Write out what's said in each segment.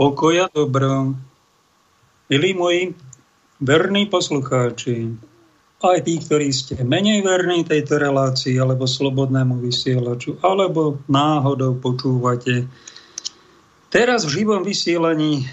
Pokoja dobro. Milí moji verní poslucháči, aj tí, ktorí ste menej verní tejto relácii, alebo slobodnému vysielaču, alebo náhodou počúvate teraz v živom vysielaní,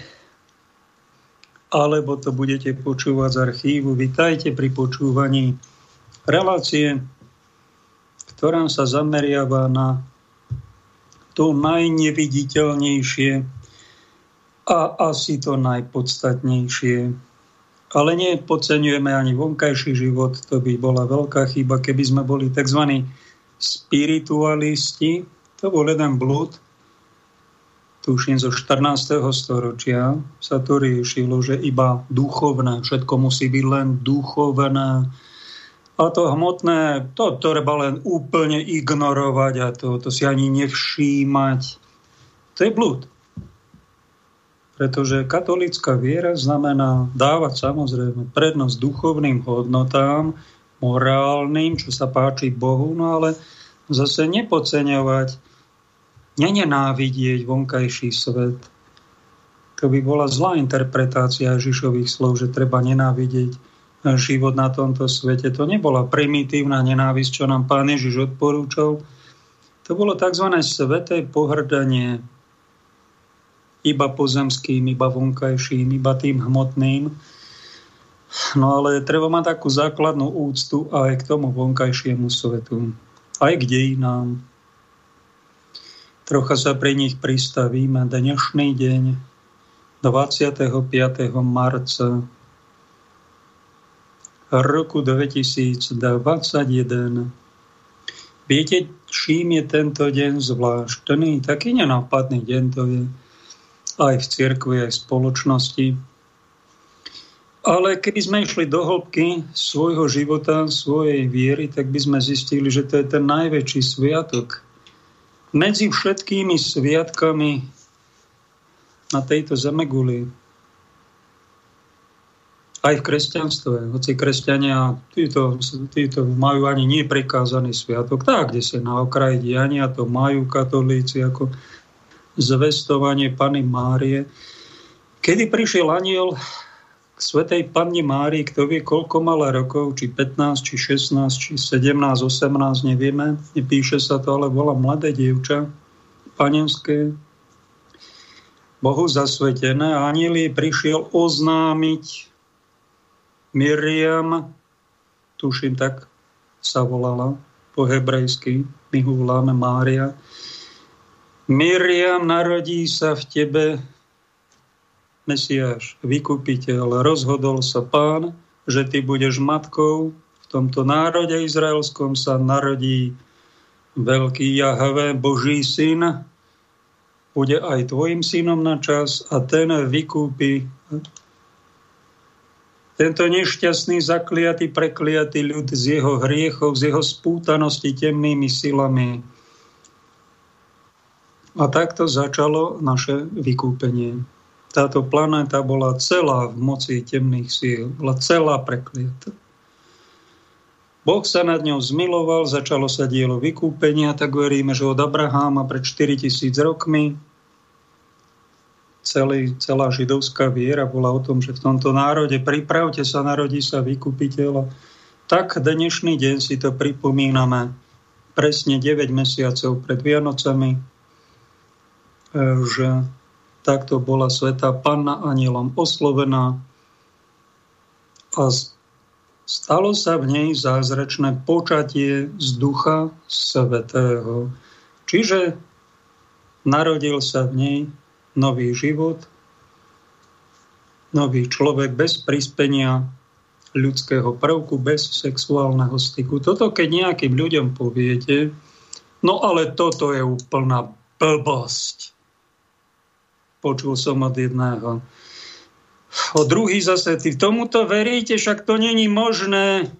alebo to budete počúvať z archívu. Vitajte pri počúvaní relácie, ktorá sa zameriava na to najneviditeľnejšie a asi to najpodstatnejšie. Ale nepodceňujeme ani vonkajší život, to by bola veľká chyba, keby sme boli tzv. Spiritualisti. To bol jeden blúd, tuším zo 14. storočia, sa to riešilo, že iba duchovné, všetko musí byť len duchovné. A to hmotné, to treba len úplne ignorovať a to si ani nevšímať. To je blúd. Pretože katolícka viera znamená dávať samozrejme prednosť duchovným hodnotám, morálnym, čo sa páči Bohu, no ale zase nepodceňovať, nenávidieť vonkajší svet. To by bola zlá interpretácia Ježišových slov, že treba nenávidieť život na tomto svete. To nebola primitívna nenávisť, čo nám Pán Ježiš odporúčal. To bolo tzv. Sveté pohrdanie iba pozemským, iba vonkajším, iba tým hmotným. No ale treba mať takú základnú úctu aj k tomu vonkajšiemu svetu, aj k dejinám. Trocha sa pri nich pristavíme. Dnešný deň 25. marca roku 2021. Viete, čím je tento deň zvláštny? Taký nenápadný deň to je aj v cirkvi, aj v spoločnosti. Ale keby sme išli do hĺbky svojho života, svojej viery, tak by sme zistili, že to je ten najväčší sviatok. Medzi všetkými sviatkami na tejto zemeguli, aj v kresťanstve, hoci kresťania títo majú ani neprekázaný sviatok, tak, kde sa na okraji diania, to majú katolíci ako zvestovanie Panny Márie. Kedy prišiel anjel k svätej Panne Márii, kto vie, koľko mala rokov, či 15, či 16, či 17, 18, nevieme, nepíše sa to, ale bola mladé dievča, panenské, Bohu zasvetené. A anjel jej prišiel oznámiť Miriam, tuším, tak sa volala po hebrejsky, my ho voláme Mária. Miriam, narodí sa v tebe Mesiáš, vykupiteľ. Rozhodol sa Pán, že ty budeš matkou. V tomto národe izraelskom sa narodí veľký Jahve, Boží syn. Bude aj tvojim synom na čas a ten vykúpi tento nešťastný, zakliatý, prekliatý ľud z jeho hriechov, z jeho spútanosti temnými silami. A takto začalo naše vykúpenie. Táto planéta bola celá v moci temných síl, bola celá prekliata. Boh sa nad ňou zmiloval, začalo sa dielo vykúpenia, tak veríme, že od Abraháma pred 4000 rokmi celá židovská viera bola o tom, že v tomto národe pripravte sa, narodí sa vykupiteľ. Tak dnešný deň si to pripomíname presne 9 mesiacov pred Vianocami, že takto bola svätá Panna anjelom oslovená a stalo sa v nej zázračné počatie z Ducha Svätého. Čiže narodil sa v nej nový život, nový človek bez prispenia ľudského prvku, bez sexuálneho styku. Toto keď nejakým ľuďom poviete, no ale toto je úplná blbosť. Počul som od jedného. O druhý zase, ty tomuto veríte, však to není možné.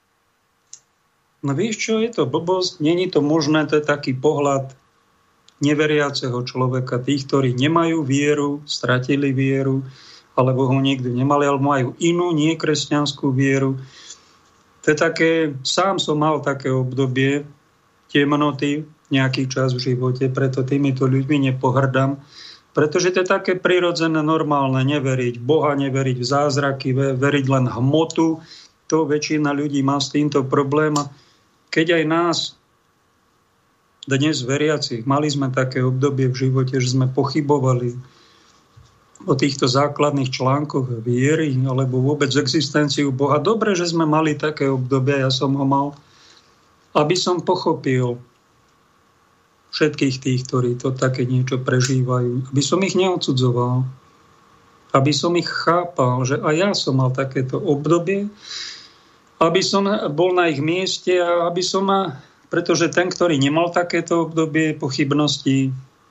No vieš čo, je to blbosť, není to možné, to je taký pohľad neveriaceho človeka, tých, ktorí nemajú vieru, stratili vieru, alebo ho nikdy nemali, alebo majú inú, nie kresťanskú vieru. To je také, sám som mal také obdobie temnoty, nejaký čas v živote, preto týmito ľuďmi nepohrdám, Pretože to je také prirodzené, normálne neveriť v Boha, neveriť v zázraky, veriť len hmotu. To väčšina ľudí má s týmto problém. Keď aj nás, dnes veriacich, mali sme také obdobie v živote, že sme pochybovali o týchto základných článkoch viery alebo vôbec existenciu Boha. Dobre, že sme mali také obdobie, ja som ho mal, aby som pochopil všetkých tých, ktorí to také niečo prežívajú. Aby som ich neodsudzoval. Aby som ich chápal, že aj ja som mal takéto obdobie, aby som bol na ich mieste a aby som, pretože ten, ktorý nemal takéto obdobie pochybností,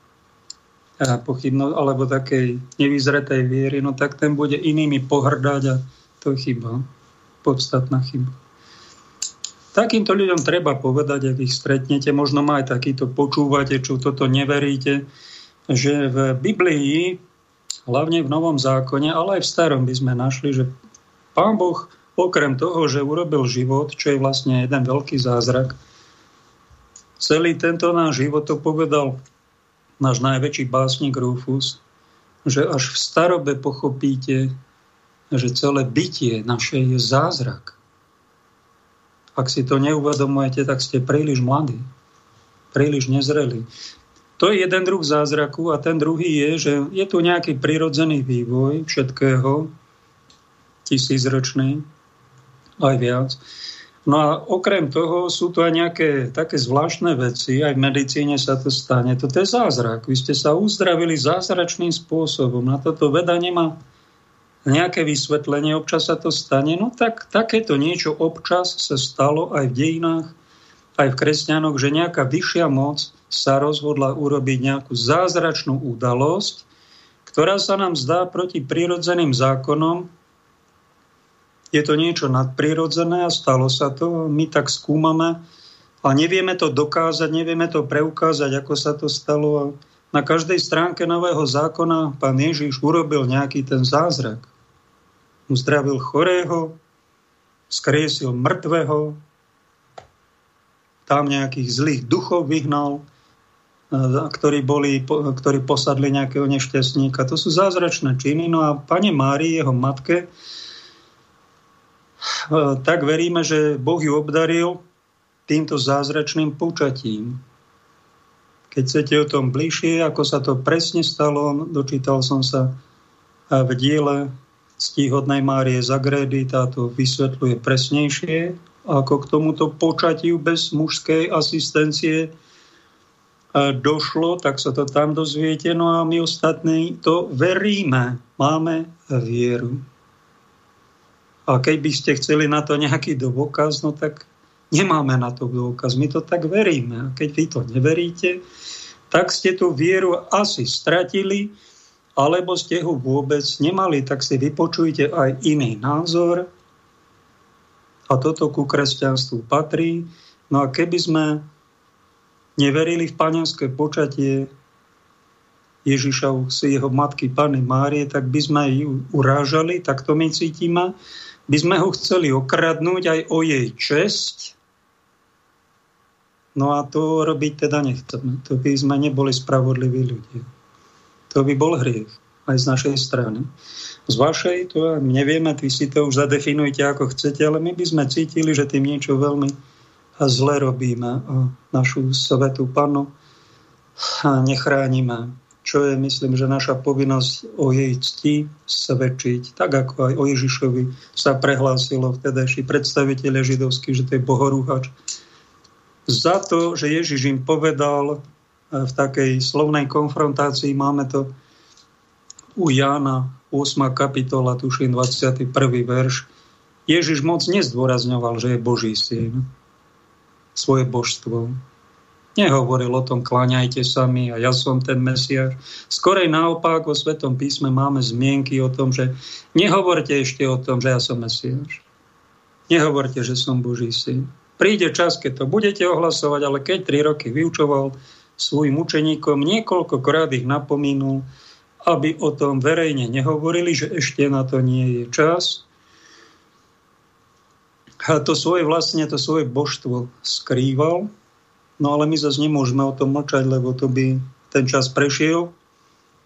alebo takej nevyzretej viery, no tak ten bude inými pohrdať a to je chyba. Podstatná chyba. Takýmto ľuďom treba povedať, ak ich stretnete, možno ma aj takýto počúvate, čo toto neveríte, že v Biblii, hlavne v Novom zákone, ale aj v Starom by sme našli, že Pán Boh okrem toho, že urobil život, čo je vlastne jeden veľký zázrak, celý tento náš život, to povedal náš najväčší básnik Rufus, že až v starobe pochopíte, že celé bytie naše je zázrak. Ak si to neuvedomujete, tak ste príliš mladí, príliš nezrelí. To je jeden druh zázraku a ten druhý je, že je tu nejaký prirodzený vývoj všetkého, tisícročný, aj viac. No a okrem toho sú tu aj nejaké také zvláštne veci, aj v medicíne sa to stane. Toto je zázrak. Vy ste sa uzdravili zázračným spôsobom. Na toto veda nemá nejaké vysvetlenie, občas sa to stane. No tak takéto niečo občas sa stalo aj v dejinách, aj v kresťanoch, že nejaká vyššia moc sa rozhodla urobiť nejakú zázračnú udalosť, ktorá sa nám zdá proti prirodzeným zákonom. Je to niečo nadprirodzené a stalo sa to. My tak skúmame a nevieme to dokázať, nevieme to preukázať, ako sa to stalo. A na každej stránke Nového zákona Pán Ježiš urobil nejaký ten zázrak. Uzdravil chorého, skriesil mŕtvého, tam nejakých zlých duchov vyhnal, ktorí posadli nejakého nešťastníka. To sú zázračné činy. No a Pane Márii, jeho matke, tak veríme, že Boh ju obdaril týmto zázračným počatím. Keď chcete o tom bližšie, ako sa to presne stalo, dočítal som sa v diele ctihodnej Márie Zagrédy, táto vysvetľuje presnejšie, ako k tomuto počatiu bez mužskej asistencie došlo, tak sa to tam dozviete. No a my ostatní to veríme, máme vieru. A keď by ste chceli na to nejaký dôkaz, no tak nemáme na to dôkaz. My to tak veríme. A keď vy to neveríte, tak ste tú vieru asi stratili, alebo ste ho vôbec nemali. Tak si vypočujte aj iný názor. A toto ku kresťanstvu patrí. No a keby sme neverili v panenské počatie Ježiša, jeho matky Panny Márie, tak by sme ju urážali, tak to my cítime. By sme ho chceli okradnúť aj o jej česť. No a to robiť teda nechceme. To by sme neboli spravodliví ľudia. To by bol hriech aj z našej strany. Z vašej to nevieme, vy si to už zadefinujte ako chcete, ale my by sme cítili, že tým niečo veľmi zle robíme a našu svätú Pannu nechránime. Čo je, myslím, že naša povinnosť o jej cti svedčiť, tak ako aj o Ježišovi sa prehlásilo vtedajší predstavitelia židovskí, že to je bohorúhač. Za to, že Ježiš im povedal v takej slovnej konfrontácii, máme to u Jána 8. kapitola, tuším 21. verš, Ježiš moc nezdôrazňoval, že je Boží syn, svoje božstvo. Nehovoril o tom, kláňajte sa mi a ja som ten Mesiáš. Skorej naopak, vo Svetom písme máme zmienky o tom, že nehovorte ešte o tom, že ja som Mesiáš. Nehovorte, že som Boží syn. Príde čas, keď to budete ohlasovať, ale keď 3 roky vyučoval svojim učeníkom, niekoľkokrát ich napomínul, aby o tom verejne nehovorili, že ešte na to nie je čas. A to svoje božstvo skrýval. No ale my zase nemôžeme o tom mlčať, lebo to by ten čas prešiel,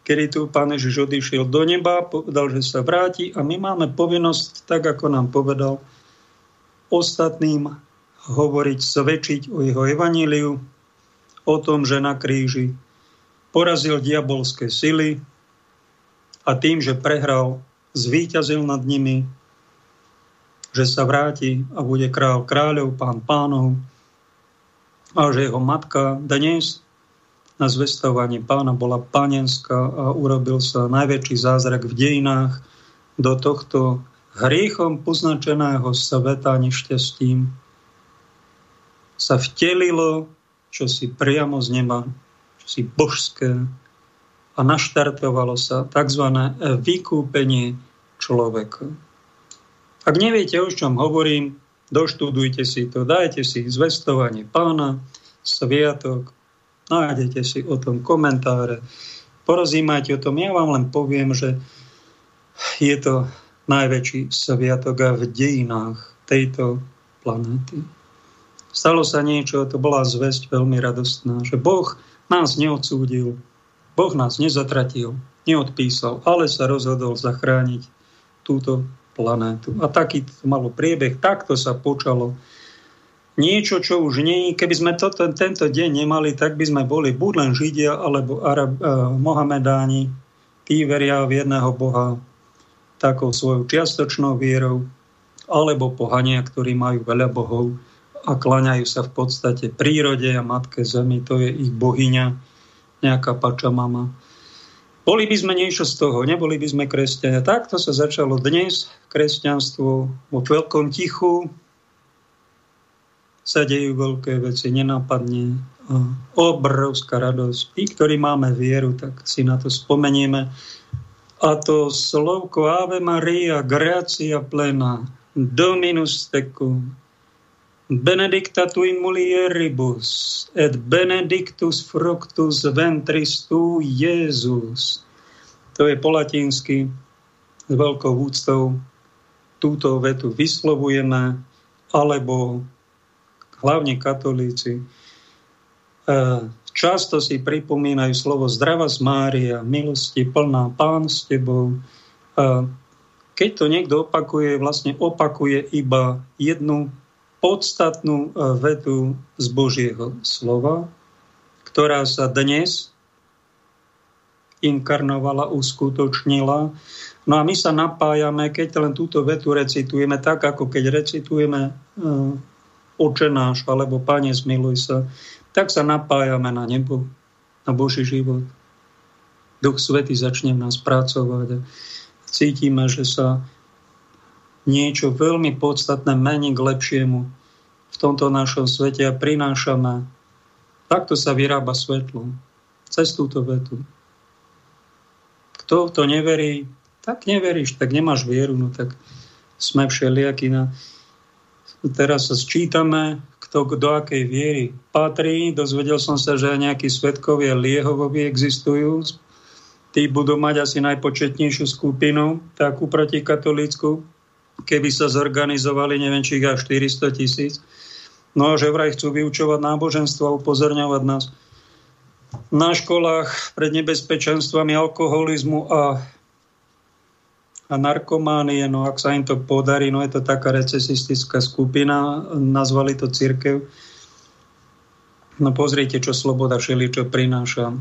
kedy tu Pán Ježiš odišiel do neba, povedal, že sa vráti a my máme povinnosť, tak ako nám povedal, ostatným hovoriť, svedčiť o jeho evaníliu, o tom, že na kríži porazil diabolské sily a tým, že prehral, zvíťazil nad nimi, že sa vráti a bude kráľ kráľov, pán pánov a že jeho matka dnes na zvestovanie pána bola panenská a urobil sa najväčší zázrak v dejinách do tohto hriechom poznačeného sveta nešťastím sa vtelilo čosi priamo z neba, čosi božské a naštartovalo sa tzv. Vykúpenie človeka. Ak neviete, o čom hovorím, doštudujte si to, dajte si zvestovanie pána, sviatok, nájdete si o tom komentáre, porozímajte o tom. Ja vám len poviem, že je to najväčší sviatok v dejinách tejto planéty. Stalo sa niečo, to bola zvesť veľmi radostná, že Boh nás neodsúdil, Boh nás nezatratil, neodpísal, ale sa rozhodol zachrániť túto planétu. A taký to malo priebeh, takto sa počalo. Niečo, čo už nie, keby sme tento deň nemali, tak by sme boli buď len Židia, alebo Mohamedáni, tí veria v jedného Boha takou svojou čiastočnou vierou, alebo pohania, ktorí majú veľa bohov a kláňajú sa v podstate prírode a matke zemi, to je ich bohyňa, nejaká pačamama. Boli by sme niečo z toho, neboli by sme kresťania. Takto sa začalo dnes kresťanstvo vo veľkom tichu. Sa dejú veľké veci, nenápadne. Obrovská radosť. Tí, ktorí máme vieru, tak si na to spomenieme. A to slovko Ave Maria, gratia plena, Dominus tecum, benedicta tui mulieribus, et benedictus fructus ventris tu, Jezus. To je po latinsky, s veľkou úctou túto vetu vyslovujeme, alebo hlavne katolíci často si pripomínajú slovo Zdravás Mária, milosti plná, Pán s tebou. Keď to niekto opakuje, vlastne opakuje iba jednu podstatnú vetu z Božieho slova, ktorá sa dnes inkarnovala, uskutočnila. No a my sa napájame, keď len túto vetu recitujeme, tak ako keď recitujeme Oče náš, alebo Pane, zmiluj sa, tak sa napájame na nebo, na Boží život. Duch Svätý začne v nás pracovať a cítime, že sa niečo veľmi podstatné mení k lepšiemu v tomto našom svete a prinášame. Takto sa vyrába svetlo. Cez túto vetu. Kto to neverí, tak neveríš, tak nemáš vieru, no tak sme všelijakí. Teraz sa sčítame, kto do akej viery patrí. Dozvedel som sa, že nejakí svedkovia Liehovovi existujú. Tí budú mať asi najpočetnejšiu skupinu, takú protikatolícku, keby sa zorganizovali, neviem, či ich až 400 000. No a že vraj chcú vyučovať náboženstvo a upozorňovať nás na školách pred nebezpečenstvami alkoholizmu a narkománie. No ak sa im to podarí, no je to taká recesistická skupina, nazvali to cirkev. No pozrite, čo sloboda všeličo prináša.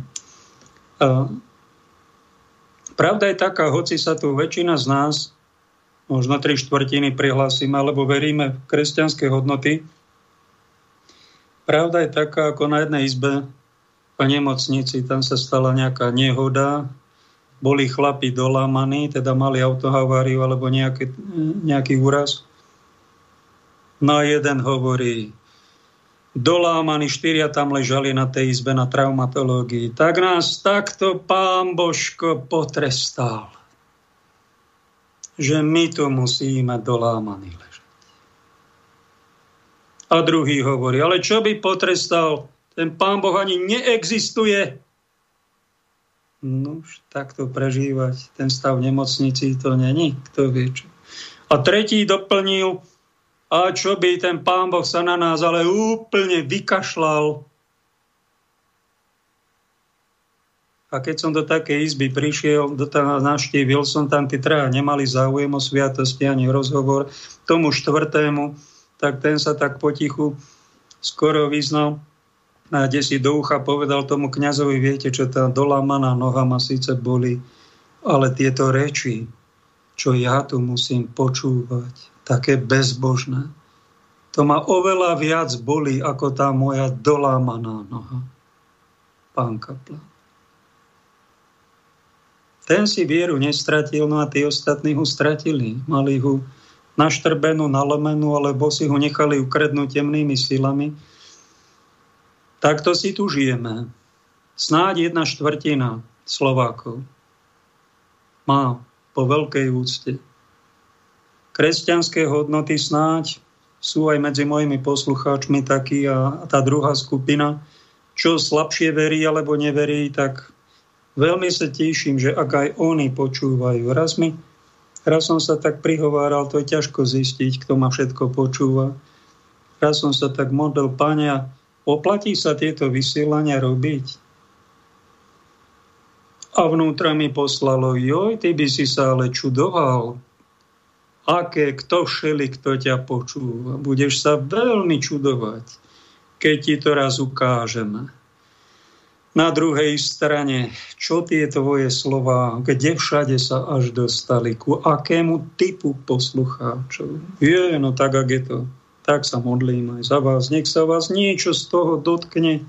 Pravda je taká, hoci sa tu väčšina z nás, možno 3/4 prihlásime, alebo veríme v kresťanské hodnoty. Pravda je taká, ako na jednej izbe v nemocnici, tam sa stala nejaká nehoda, boli chlapi dolámaní, teda mali autohaváriu alebo nejaký úraz. No a jeden hovorí, dolámaní, 4 tam ležali na tej izbe na traumatológii. Tak nás takto Pán Božko potrestal, že my tu musíme dolámaní ležať. A druhý hovorí, ale čo by potrestal? Ten Pán Boh ani neexistuje. No už takto prežívať ten stav v nemocnici, to není, kto vie čo. A tretí doplnil, a čo by ten Pán Boh sa na nás ale úplne vykašľal. A keď som do takej izby prišiel, navštívil som tam, tí traja nemali záujem o sviatosti ani rozhovor. Tomu štvrtému, tak ten sa tak potichu skoro vyznal. A kde si do ucha povedal tomu kňazovi, viete, čo tá dolámaná noha ma síce boli, ale tieto reči, čo ja tu musím počúvať, také bezbožné, to ma oveľa viac bolí, ako tá moja dolámaná noha. Pán kaplán. Ten si vieru nestratil, no a tí ostatní ho stratili. Mali ho naštrbenú, nalomenú, alebo si ho nechali ukradnúť temnými silami. Takto si tu žijeme. Snáď 1/4 Slovákov má po veľkej úcte kresťanské hodnoty, snáď sú aj medzi mojimi poslucháčmi takí, a tá druhá skupina, čo slabšie verí alebo neverí, tak veľmi sa teším, že ak aj oni počúvajú. Raz som sa tak prihováral, to je ťažko zistiť, kto ma všetko počúva. Raz som sa tak modlil, Páne, oplatí sa tieto vysielania robiť? A vnútra mi poslalo, joj, ty by si sa ale čudoval, kto ťa počúva. Budeš sa veľmi čudovať, keď ti to raz ukážeme. Na druhej strane, čo tie tvoje slová, kde všade sa až dostali, ku akému typu poslucháčov. No tak, ak je to, tak sa modlím aj za vás. Nech sa vás niečo z toho dotkne.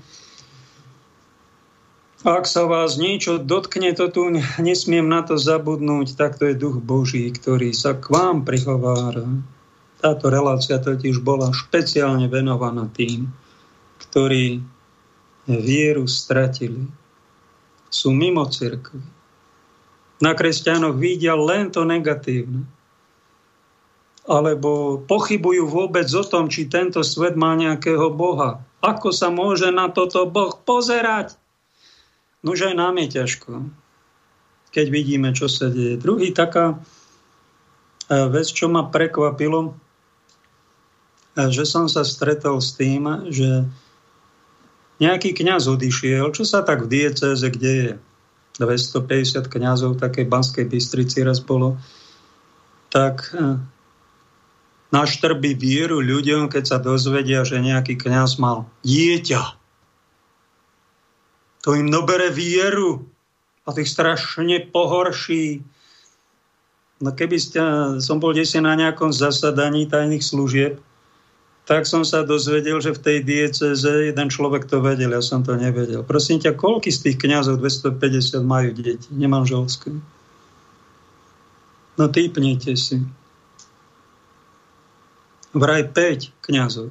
Ak sa vás niečo dotkne, to tu nesmiem na to zabudnúť, tak to je Duch Boží, ktorý sa k vám prihovára. Táto relácia totiž bola špeciálne venovaná tým, ktorí vieru stratili. Sú mimo cirkvi. Na kresťanoch vidia len to negatívne. Alebo pochybujú vôbec o tom, či tento svet má nejakého Boha. Ako sa môže na toto Boh pozerať? Nože aj nám je ťažko, keď vidíme, čo sa deje. Druhý taká vec, čo ma prekvapilo, že som sa stretol s tým, že nejaký kňaz odišiel, čo sa tak v diecéze, kde je 250 kňazov, také Banskej Bystrici raz bolo, tak naštrbí vieru ľuďom, keď sa dozvedia, že nejaký kňaz mal dieťa. To im nabere vieru a tých strašne pohorší. No keby som bol desi na nejakom zasadaní tajných služieb, tak som sa dozvedel, že v tej diecéze jeden človek to vedel, ja som to nevedel. Prosím ťa, koľky z tých kňazov 250 majú deti, nemanželské? No týpnite si. Vraj 5 kňazov.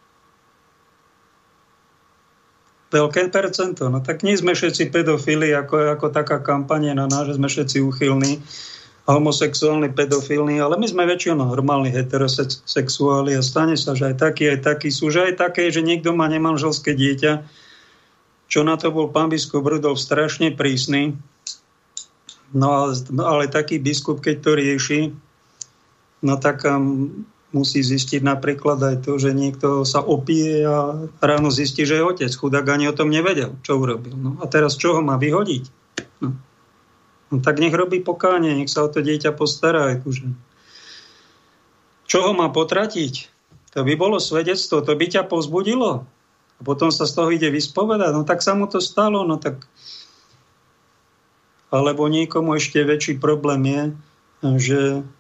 Veľké percento. No tak nie sme všetci pedofili, ako taká kampanie na nás, že sme všetci uchylní, homosexuálni, pedofilní, ale my sme väčšinou normálni heterosexuáli a stane sa, že aj takí sú, že aj také, že niekto má nemanželské dieťa, čo na to bol pán biskup Rudolf strašne prísny. No ale taký biskup, keď to rieši, no tak musí zistiť napríklad aj to, že niekto sa opije a ráno zistí, že je otec. Chudák ani o tom nevedel, čo urobil. No a teraz čo ho má vyhodiť? No tak nech robí pokánie, nech sa o to dieťa postará. Čo ho má potratiť? To by bolo svedectvo, to by ťa povzbudilo. A potom sa z toho ide vyspovedať. No tak sa mu to stalo, no tak... Alebo niekomu ešte väčší problém je, že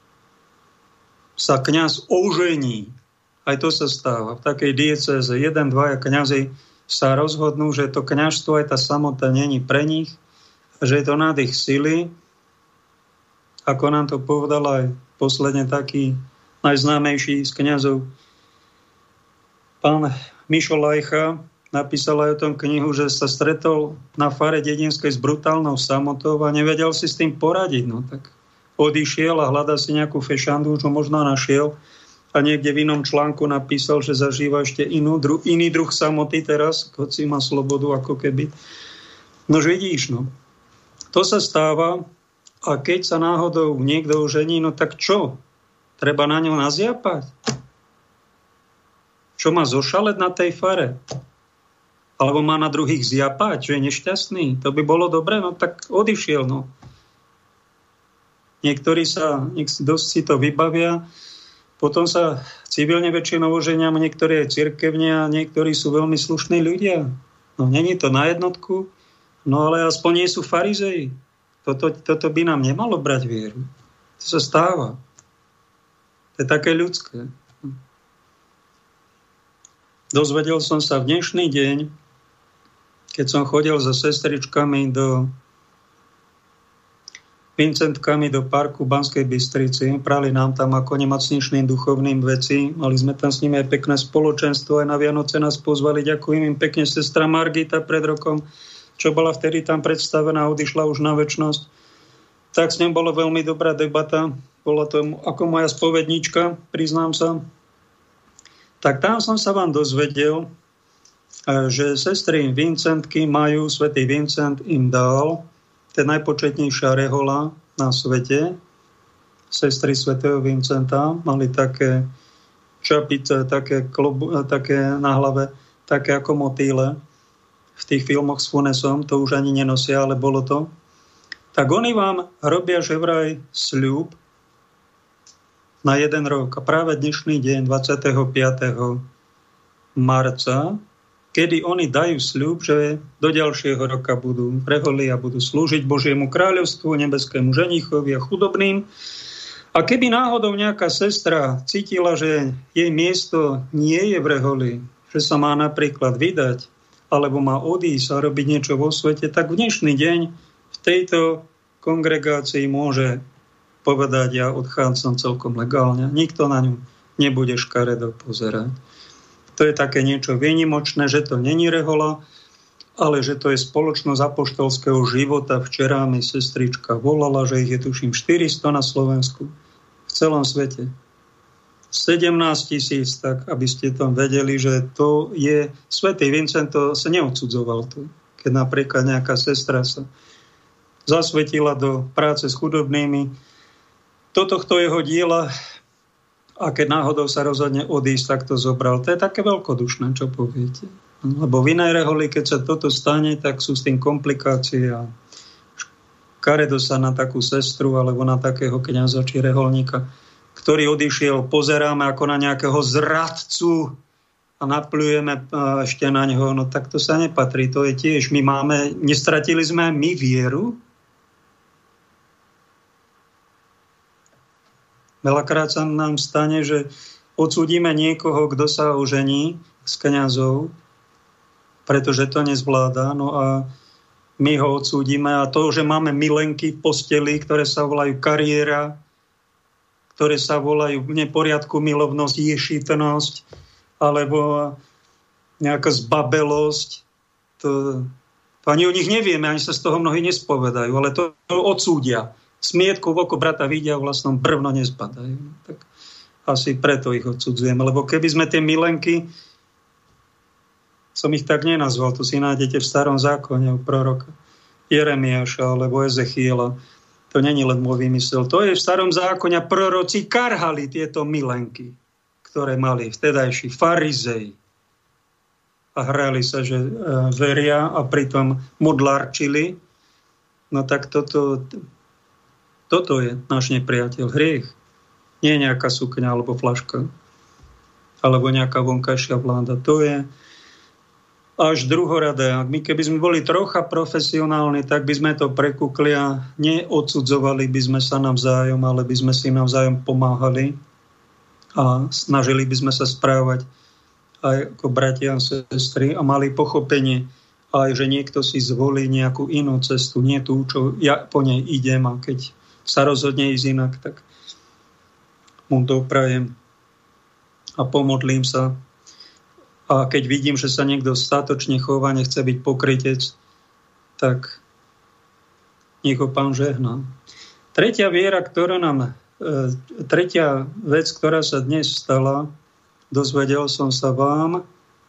sa kňaz ožení. Aj to sa stáva. V takej diecéze 1-2 kňazi sa rozhodnú, že to kňazstvo aj tá samota není pre nich, že je to nad ich sily. Ako nám to povedal aj posledne taký najznámejší z kňazov, pán Mišo Lajcha, napísal aj o tom knihu, že sa stretol na fare dedinskej s brutálnou samotou a nevedel si s tým poradiť. No tak odišiel a hľadá si nejakú fešandu, čo možno našiel a niekde v inom článku napísal, že zažíva ešte iný druh samoty teraz, hoci má slobodu ako keby. Nož vidíš, no. To sa stáva a keď sa náhodou niekto ožení, no tak čo? Treba na ňo naziapať? Čo má zošaleť na tej fare? alebo má na druhých zjapať, že je nešťastný, to by bolo dobré, no tak odišiel, no. Niektorí dosť si to vybavia, potom sa civilne väčšinou oženia, niektorí aj cirkevne a niektorí sú veľmi slušní ľudia. No není to na jednotku, no ale aspoň nie sú farizei. Toto by nám nemalo brať vieru. To sa stáva. To je také ľudské. Dozvedel som sa v dnešný deň, keď som chodil so sestričkami Vincentkami do parku Banskej Bystrici. Prali nám tam ako nemocničným duchovným veci. Mali sme tam s nimi aj pekné spoločenstvo. Aj na Vianoce nás pozvali. Ďakujem im pekne. Sestra Margita pred rokom, čo bola vtedy tam predstavená, odišla už na večnosť. Tak s ním bola veľmi dobrá debata. Bola to ako moja spovednička, priznám sa. Tak tam som sa vám dozvedel, že sestry Vincentky majú, svätý Vincent im dal, to je najpočetnejšia rehola na svete. Sestry svätého Vincenta mali také čapice, také na hlave, také ako motýle. V tých filmoch s Funesom to už ani nenosia, ale bolo to. Tak oni vám robia že vraj sľub na 1 rok. A práve dnešný deň, 25. marca, kedy oni dajú sľub, že do ďalšieho roka budú reholi a budú slúžiť Božiemu kráľovstvu, nebeskému ženichovi a chudobným. A keby náhodou nejaká sestra cítila, že jej miesto nie je v reholi, že sa má napríklad vydať, alebo má odísť a robiť niečo vo svete, tak v dnešný deň v tejto kongregácii môže povedať, ja odchádzam celkom legálne. Nikto na ňu nebude škaredo pozerať. To je také niečo výnimočné, že to není rehola, ale že to je spoločnosť apoštolského života. Včera mi sestrička volala, že ich je tuším 400 na Slovensku, v celom svete. 17 000, tak aby ste tam vedeli, že to je... Svätý Vincent to sa neodsudzoval tu. Keď napríklad nejaká sestra sa zasvetila do práce s chudobnými, do tohto jeho diela, a keď náhodou sa rozhodne odísť, tak to zobral. To je také veľkodušné, čo poviete. Lebo v inej reholi, keď sa toto stane, tak sú s tým komplikácie a karedo sa na takú sestru alebo na takého kňaza či reholníka, ktorý odišiel, pozeráme ako na nejakého zradcu a napľujeme ešte na neho, no tak to sa nepatrí. To je tiež, nestratili sme my vieru. Veľakrát sa nám stane, že odsúdime niekoho, kto sa ožení z kňazov, pretože to nezvláda. No a my ho odsúdime. A to, že máme milenky v posteli, ktoré sa volajú kariéra, ktoré sa volajú neporiadku, milovnosť, ješitnosť, alebo nejaká zbabelosť, to ani o nich nevieme, ani sa z toho mnohí nespovedajú, ale to odsúdia. Smietku v oko brata vidia, v vlastnom brvno nespadajú. Tak asi preto ich odsudzujeme. Lebo keby sme tie milenky, som ich tak nenazval, to si nájdete v Starom zákone u proroka Jeremiáša alebo Ezechiela. To není len môj vymysel. To je v Starom zákone, proroci karhali tieto milenky, ktoré mali vtedajší farizei. A hrali sa, že veria a pritom modlárčili. No tak toto je náš nepriateľ, hriech. Nie je nejaká sukňa alebo flaška, alebo nejaká vonkajšia vláda. To je až druhoradé. Ak my keby sme boli trocha profesionálni, tak by sme to prekúkli a neodsudzovali by sme sa navzájom, ale by sme si navzájom pomáhali a snažili by sme sa správať aj ako bratia a sestry a mali pochopenie aj, že niekto si zvolí nejakú inú cestu, nie tú, čo ja po nej idem, a keď sa rozhodne ísť inak, tak mu doprajem a pomodlím sa. A keď vidím, že sa niekto statočne chová, nechce byť pokrytec, tak nech ho Pán žehná. Tretia vec, ktorá sa dnes stala, dozvedel som sa vám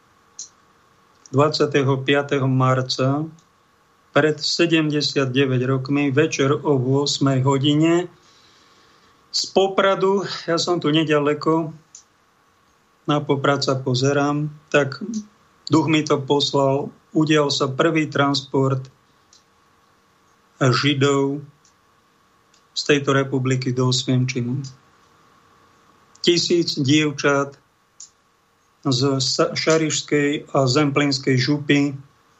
25. marca pred 79 rokmi, večer o 8 hodine z Popradu, ja som tu nedaleko, na Poprad sa pozerám, tak Duch mi to poslal. Udial sa prvý transport Židov z tejto republiky do Osvienčimu. 1000 dievčat z Šarišskej a Zemplínskej župy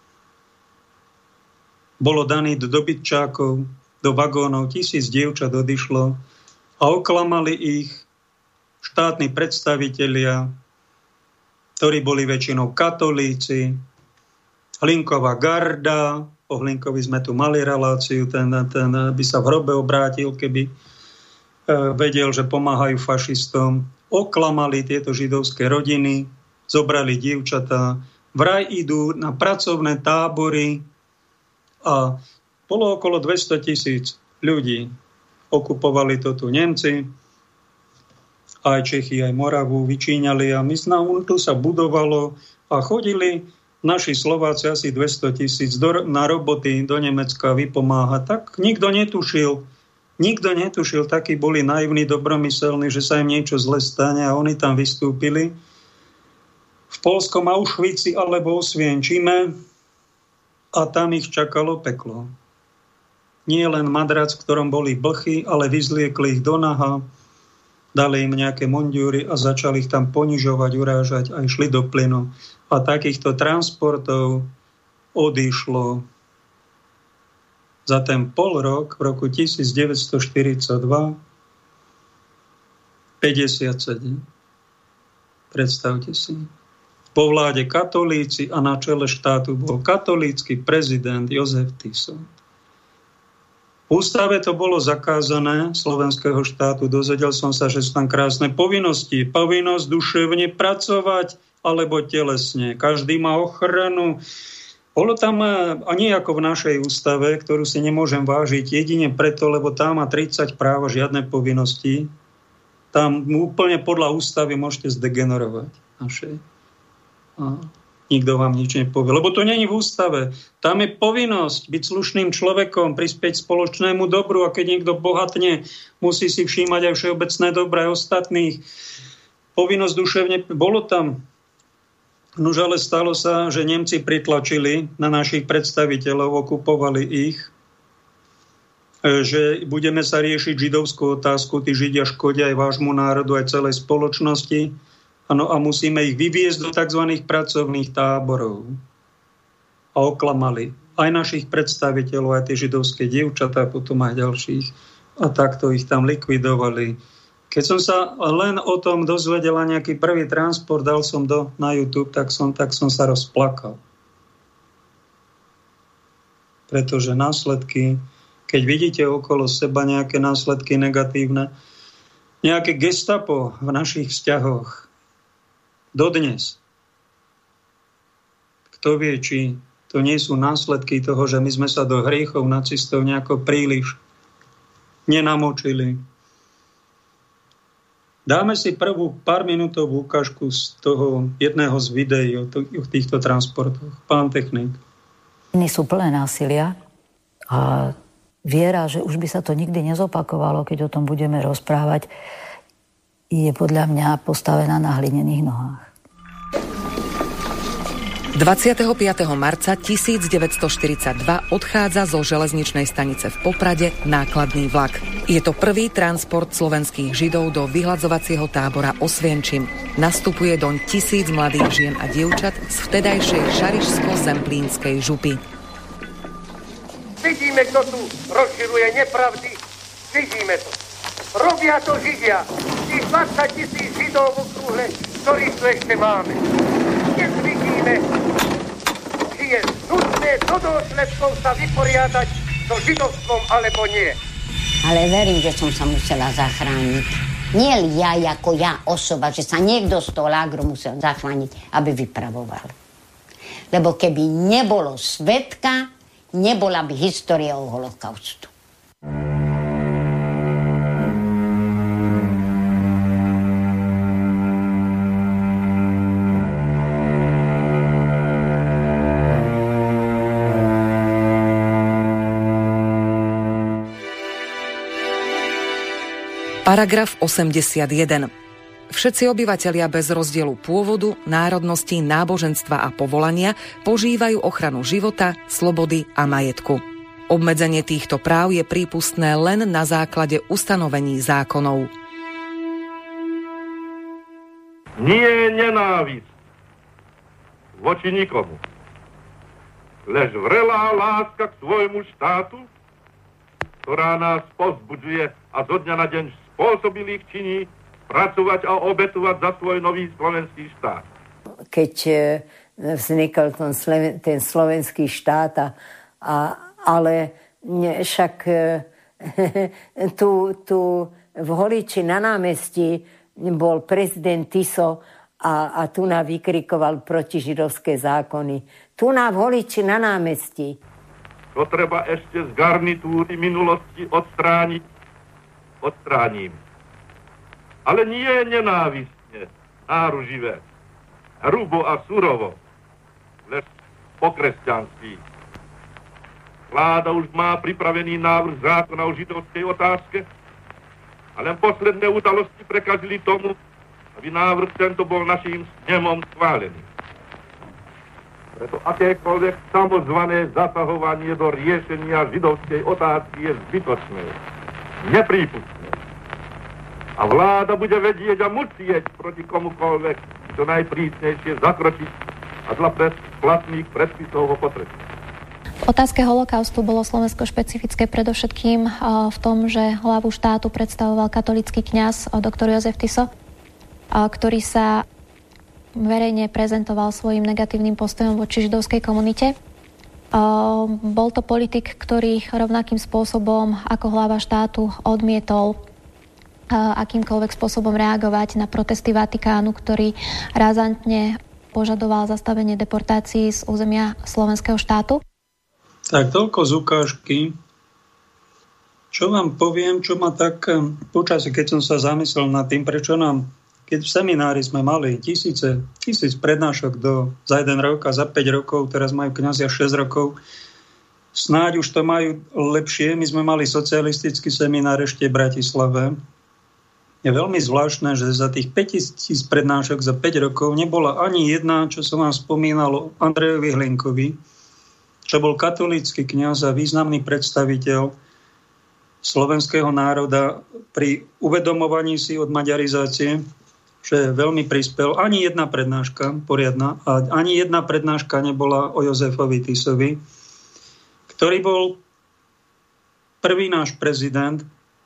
bolo daný do dobytčákov, do vagónov. 1000 dievčat odišlo a oklamali ich štátni predstavitelia, ktorí boli väčšinou katolíci, Hlinková garda. O Hlinkovi sme tu mali reláciu, ten by sa v hrobe obrátil, keby vedel, že pomáhajú fašistom. Oklamali tieto židovské rodiny, zobrali dievčatá, vraj idú na pracovné tábory a bolo okolo 200 000 ľudí. Okupovali to tu Nemci, aj Čechy, aj Moravu, vyčíňali a tu sa budovalo a chodili naši Slováci asi 200 000 na roboty do Nemecka vypomáhať. Tak nikto netušil, takí boli naivní, dobromyselní, že sa im niečo zle stane a oni tam vystúpili v poľskom Auschwitzi alebo Osvienčime a tam ich čakalo peklo. Nie len madrac, v ktorom boli blchy, ale vyzliekli ich do naha, dali im nejaké mondúry a začali ich tam ponižovať, urážať a išli do plynu. A takýchto transportov odišlo za ten pol rok, v roku 1942, 57. Predstavte si. Po vláde katolíci a na čele štátu bol katolícky prezident Jozef Tiso. V ústave to bolo zakázané slovenského štátu. Dozvedel som sa, že sú tam krásne povinnosti. Povinnosť duševne pracovať alebo telesne. Každý má ochranu. Bolo tam, a nie ako v našej ústave, ktorú si nemôžem vážiť jedine preto, lebo tam má 30 práv a žiadne povinnosti. Tam úplne podľa ústavy môžete zdegenerovať našej. Nikto vám nič nepovie. Lebo to není v ústave. Tam je povinnosť byť slušným človekom, prispieť spoločnému dobru a keď niekto bohatne, musí si všímať aj všeobecné dobré ostatných. Povinnosť duševne, bolo tam. Nož ale stalo sa, že Nemci pritlačili na našich predstaviteľov, okupovali ich, že budeme sa riešiť židovskú otázku, tí Židia škodia aj vášmu národu, aj celej spoločnosti. Ano, a musíme ich vyviesť do tzv. Pracovných táborov. A oklamali aj našich predstaviteľov, aj tie židovské dievčatá, potom aj ďalších. A takto ich tam likvidovali. Keď som sa len o tom dozvedela nejaký prvý transport, dal som na YouTube, tak som sa rozplakal. Pretože následky, keď vidíte okolo seba nejaké následky negatívne, nejaké gestapo v našich vzťahoch, dodnes. Kto vie, či to nie sú následky toho, že my sme sa do hriechov nacistov nejako príliš nenamočili. Dáme si prvú pár minútovú ukážku z toho jedného z videí o týchto transportoch. Pán technik. Iní sú plné násilia a viera, že už by sa to nikdy nezopakovalo, keď o tom budeme rozprávať, je podľa mňa postavená na hlinených nohách. 25. marca 1942 odchádza zo železničnej stanice v Poprade nákladný vlak. Je to prvý transport slovenských Židov do vyhladzovacieho tábora Osvienčim. Nastupuje doň 1000 mladých žien a dievčat z vtedajšej Šarišsko-Zemplínskej župy. Vidíme, kto tu rozširuje nepravdy. Vidíme to. Robia to Židia. Tých 20 000 Židov v okrúhle, ktorých tu ešte máme. Dnes vidíme, či je nutné do dôsledkov sa vyporiadať so židovstvom, alebo nie. Ale verím, že som sa musela zachrániť. Nie ja, ako ja osoba, že sa niekto z toho lágru musel zachrániť, aby vypravoval. Lebo keby nebolo svedka, nebola by história o holokaustu. Paragraf 81. Všetci obyvatelia bez rozdielu pôvodu, národnosti, náboženstva a povolania požívajú ochranu života, slobody a majetku. Obmedzenie týchto práv je prípustné len na základe ustanovení zákonov. Nie nenávisť voči nikomu, lež vrelá láska k svojmu štátu, ktorá nás povzbudzuje a zo dňa na deň spôsobilých činí pracovať a obetovať za svoj nový slovenský štát. Keď vznikol ten slovenský štát, ale však tu v Holiči na námestí bol prezident Tiso a tu nám vykrikoval protižidovské zákony. Tu nám v Holiči na námestí. To treba ešte z garnitúry minulosti odstrániť. Odstránim. Ale nie nenávistne, náruživé, hrubo a surovo, lež po kresťanství. Vláda už má pripravený návrh zákona o židovskej otázke, a len posledné udalosti prekazili tomu, aby návrh tento bol naším snemom schválený. Preto akékoľvek samozvané zasahovanie do riešenia židovskej otázky je zbytočné, neprípustné. A vláda bude vedieť a musieť proti komukoľvek čo najprísnejšie zakročiť a dla platných predpisov ho potrestiť. V otázke holokaustu bolo Slovensko špecifické predovšetkým v tom, že hlavu štátu predstavoval katolícky kňaz doktor Jozef Tiso, ktorý sa verejne prezentoval svojim negatívnym postojom voči židovskej komunite. Bol to politik, ktorý rovnakým spôsobom ako hlava štátu odmietol akýmkoľvek spôsobom reagovať na protesty Vatikánu, ktorý razantne požadoval zastavenie deportácií z územia slovenského štátu. Tak toľko z ukážky. Čo vám poviem, čo ma tak počasie, keď som sa zamyslel nad tým, prečo nám, keď v seminári sme mali tisíc prednášok za 1 rok a za 5 rokov, teraz majú kňazia 6 rokov, snáď už to majú lepšie. My sme mali socialistický seminár ešte v Bratislave. Je veľmi zvláštne, že za tých 5000 prednášok za 5 rokov nebola ani jedna, čo som vám spomínal o Andrejovi Hlinkovi, čo bol katolícky kňaz a významný predstaviteľ slovenského národa pri uvedomovaní si od maďarizácie, že veľmi prispel. Ani jedna prednáška poriadna a ani jedna prednáška nebola o Jozefovi Tisovi, ktorý bol prvý náš prezident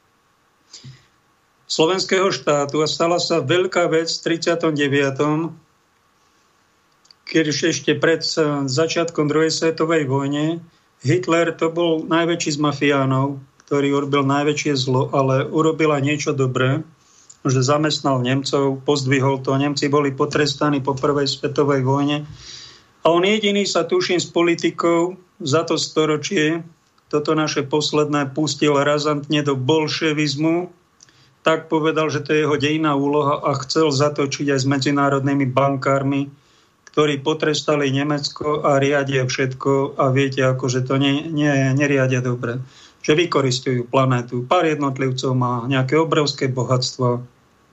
slovenského štátu a stala sa veľká vec v 39., keď ešte pred začiatkom druhej svetovej vojne Hitler to bol najväčší z mafiánov, ktorý urobil najväčšie zlo, ale urobil aj niečo dobré, že zamestnal Nemcov, pozdvihol to. Nemci boli potrestaní po prvej svetovej vojne a on jediný sa, tuším, s politikou za to storočie, toto naše posledné, pustil razantne do bolševizmu, tak povedal, že to je jeho dejinná úloha a chcel zatočiť aj s medzinárodnými bankármi, ktorí potrestali Nemecko a riadia všetko a viete, ako že to neriadia dobre. Že vykoristujú planétu. Pár jednotlivcov má nejaké obrovské bohatstvo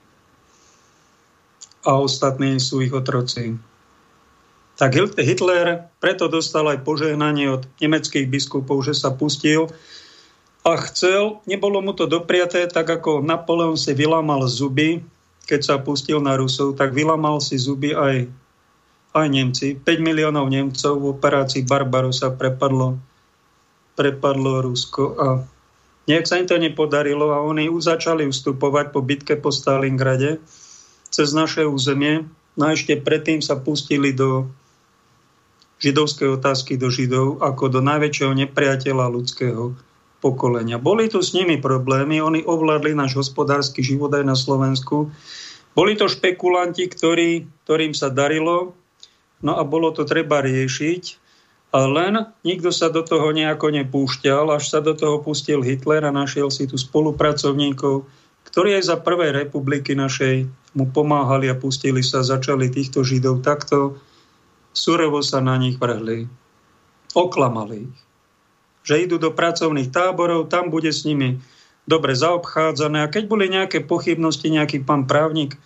a ostatní sú ich otroci. Tak Hitler preto dostal aj požehnanie od nemeckých biskupov, že sa pustil a chcel, nebolo mu to dopriaté, tak ako Napoleon si vylámal zuby, keď sa pustil na Rusov, tak vylámal si zuby aj Nemci. 5 miliónov Nemcov v operácii Barbarossa prepadlo Rusko a nejak sa im to nepodarilo a oni už začali ustupovať po bitke po Stalingrade cez naše územie. No a ešte predtým sa pustili do židovskej otázky do Židov ako do najväčšieho nepriateľa ľudského pokolenia. Boli tu s nimi problémy, oni ovládli náš hospodársky život aj na Slovensku. Boli to špekulanti, ktorým sa darilo, no a bolo to treba riešiť, a len nikto sa do toho nejako nepúšťal, až sa do toho pustil Hitler a našiel si tu spolupracovníkov, ktorí aj za prvej republiky našej mu pomáhali a pustili sa, začali týchto Židov takto, surovo sa na nich vrhli. Oklamali ich. Že idú do pracovných táborov, tam bude s nimi dobre zaobchádzané. A keď boli nejaké pochybnosti, nejaký pán právnik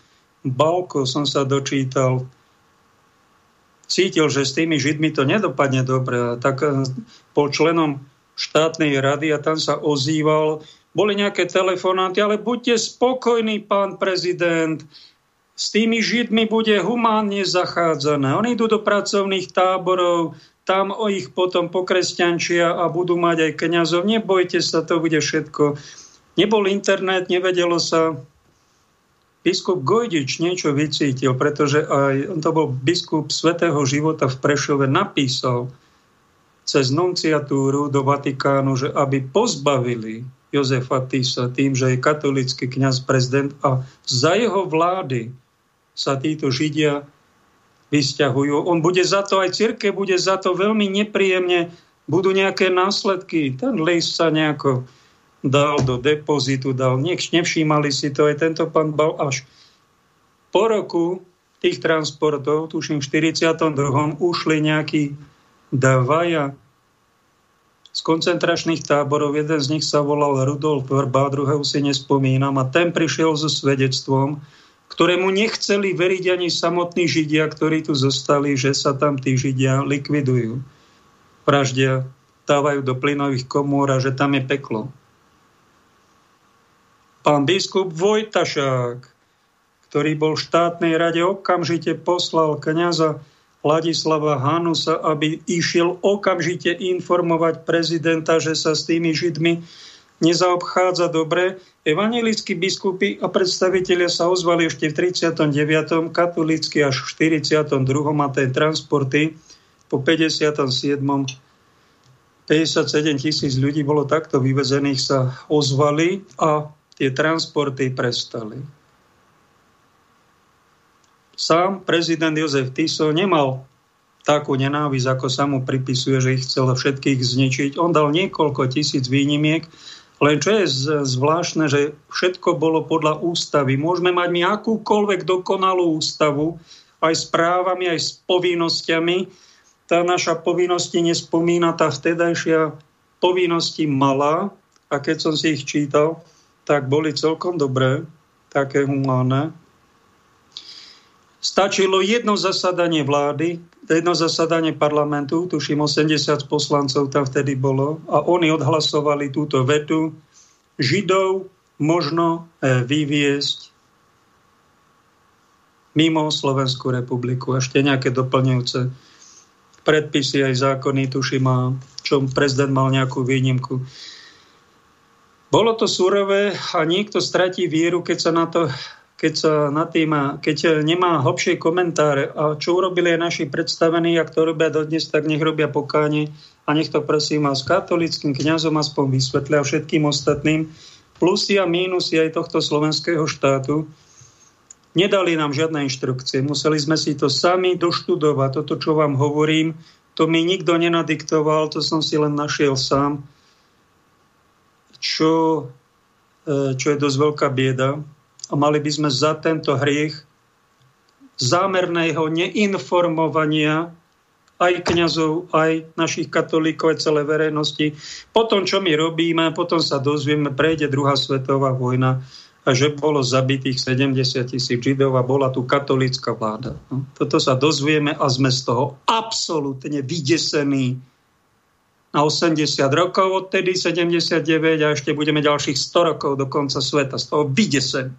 Balko som sa dočítal, cítil, že s tými Židmi to nedopadne dobre. Tak bol členom štátnej rady a tam sa ozýval, boli nejaké telefonáty, ale buďte spokojní, pán prezident, s tými Židmi bude humánne zachádzané. Oni idú do pracovných táborov, tam o ich potom pokresťančia a budú mať aj kňazov. Nebojte sa, to bude všetko. Nebol internet, nevedelo sa. Biskup Gojdič niečo vycítil, pretože aj on to bol biskup Svätého života v Prešove, napísal cez nunciatúru do Vatikánu, že aby pozbavili Jozefa Tisa tým, že je katolícky kňaz prezident a za jeho vlády sa títo Židia vysťahujú. On bude za to, aj cirkev bude za to veľmi nepríjemne, budú nejaké následky. Ten list sa nejako dal do depozitu, nevšímali si to, aj tento pán bal až po roku tých transportov, tuším v 42. ušli nejakí dvaja z koncentračných táborov. Jeden z nich sa volal Rudolf Vrba, druhého si nespomínam, a ten prišiel so svedectvom, ktorému nechceli veriť ani samotní Židia, ktorí tu zostali, že sa tam tí Židia likvidujú, vraždia, dávajú do plynových komôr a že tam je peklo. Pán biskup Vojtašák, ktorý bol v štátnej rade, okamžite poslal kňaza Ladislava Hanusa, aby išiel okamžite informovať prezidenta, že sa s tými Židmi nezaobchádza dobre. Evanjelickí biskupy a predstavitelia sa ozvali ešte v 39., katolícky až v 42. a tie transporty po 57. 57 000 ľudí bolo takto vyvezených, sa ozvali a tie transporty prestali. Sám prezident Jozef Tiso nemal takú nenávisť, ako sa mu pripisuje, že ich chcel všetkých zničiť. On dal niekoľko tisíc výnimiek, len čo je zvláštne, že všetko bolo podľa ústavy. Môžeme mať my akúkoľvek dokonalú ústavu, aj s právami, aj s povinnosťami. Tá naša povinnosti nespomína, tá vtedajšia povinnosti mala, a keď som si ich čítal, tak boli celkom dobré, také humánne. Stačilo jedno zasadanie vlády, jedno zasadanie parlamentu, tuším 80 poslancov tam vtedy bolo, a oni odhlasovali túto vetu: Židov možno vyviesť mimo Slovenskú republiku. Ešte nejaké doplňujúce predpisy aj zákony, tuším, a čo prezident mal nejakú výnimku. Bolo to surové a niekto stratí vieru, keď nemá hlbšie komentáre. A čo urobili aj naši predstavení, ak to robia dodnes, tak nech robia pokánie a nech to, prosím vás, katolíckym kňazom aspoň vysvetlia, všetkým ostatným plusy a mínusy aj tohto slovenského štátu. Nedali nám žiadne inštrukcie, museli sme si to sami doštudovať. Toto, čo vám hovorím, to mi nikto nenadiktoval, to som si len našiel sám. Čo je dosť veľká bieda. A mali by sme za tento hriech zámerného neinformovania aj kňazov, aj našich katolíkov, aj celé verejnosti. Potom, čo my robíme, potom sa dozvieme, prejde druhá svetová vojna a že bolo zabitých 70 000 Židov a bola tu katolícka vláda. No, toto sa dozvieme a sme z toho absolútne vydesení. Na 80 rokov odtedy, 79, a ešte budeme ďalších 100 rokov do konca sveta. Z toho vydesení.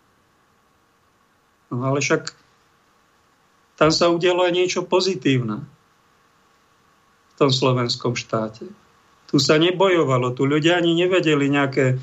No ale však tam sa udialo aj niečo pozitívne v tom slovenskom štáte. Tu sa nebojovalo, tu ľudia ani nevedeli nejaké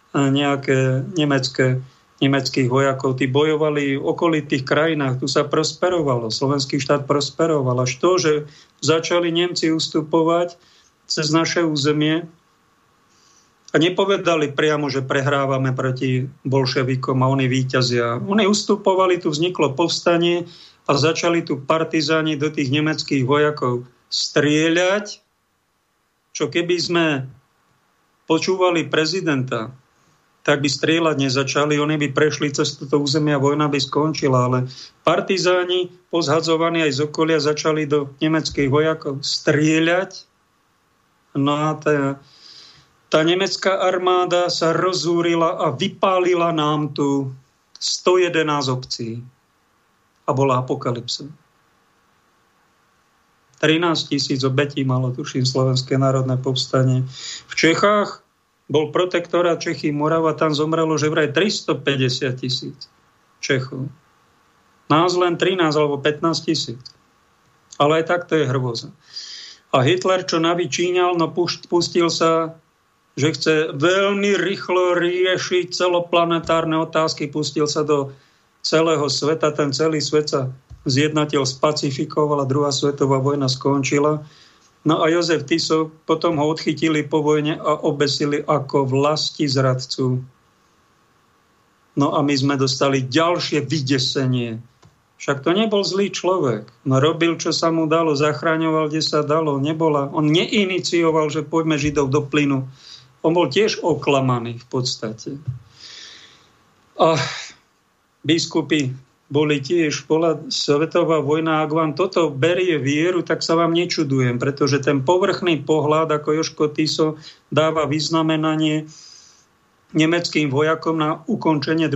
nemeckých vojakov. Tí bojovali v okolitých krajinách, tu sa prosperovalo, slovenský štát prosperoval. Až to, že začali Nemci ustupovať cez naše územie a nepovedali priamo, že prehrávame proti bolševikom a oni víťazia. Oni ustupovali, tu vzniklo povstanie a začali tu partizáni do tých nemeckých vojakov strieľať, čo keby sme počúvali prezidenta, tak by strieľať nezačali, oni by prešli cez toto územie a vojna by skončila, ale partizáni pozhadzovaní aj z okolia začali do nemeckých vojakov strieľať. No a tá nemecká armáda sa rozúrila a vypálila nám tu 111 obcí a bola apokalypsa. 13 000 obetí malo, tuším, Slovenské národné povstanie. V Čechách bol protektorát Čechy Morava, tam zomrelo že vraj 350 000 Čechov. Nás len 13 alebo 15 000. Ale aj tak to je hrôza. A Hitler, čo navyčíňal, no pustil sa, že chce veľmi rýchlo riešiť celoplanetárne otázky, pustil sa do celého sveta, ten celý svet sa zjednotil, spacifikoval a druhá svetová vojna skončila. No a Jozef Tiso potom ho odchytili po vojne a obesili ako vlastizradcu. No a my sme dostali ďalšie vydesenie. Však to nebol zlý človek. No robil, čo sa mu dalo, zachraňoval, kde sa dalo. On neinicioval, že poďme Židov do plynu. On bol tiež oklamaný v podstate. A biskupy bola svetová vojna. Ak vám toto berie vieru, tak sa vám nečudujem, pretože ten povrchný pohľad, ako Jožko Tiso dáva vyznamenanie nemeckým vojakom na ukončenie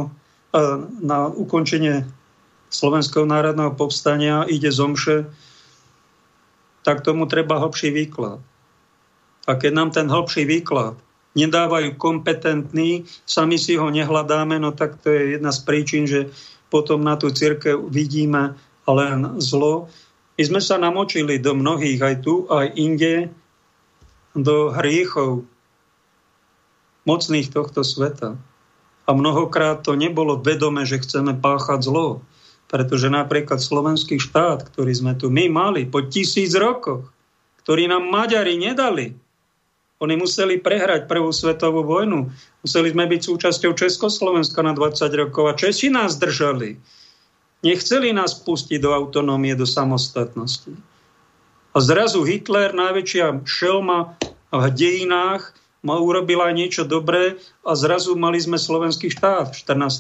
Slovenského národného povstania, ide z omše, tak tomu treba hlbší výklad. A keď nám ten hlbší výklad nedávajú kompetentní, sami si ho nehľadáme, no tak to je jedna z príčin, že potom na tú cirkev vidíme len zlo. My sme sa namočili do mnohých, aj tu, aj inde, do hriechov mocných tohto sveta. A mnohokrát to nebolo vedomé, že chceme páchať zlo. Pretože napríklad slovenský štát, ktorý sme tu my mali po 1000 rokoch, ktorý nám Maďari nedali, oni museli prehrať prvú svetovú vojnu. Museli sme byť súčasťou Československa na 20 rokov a Češi nás držali. Nechceli nás pustiť do autonómie, do samostatnosti. A zrazu Hitler, najväčšia šelma v dejinách, urobil aj niečo dobré a zrazu mali sme slovenský štát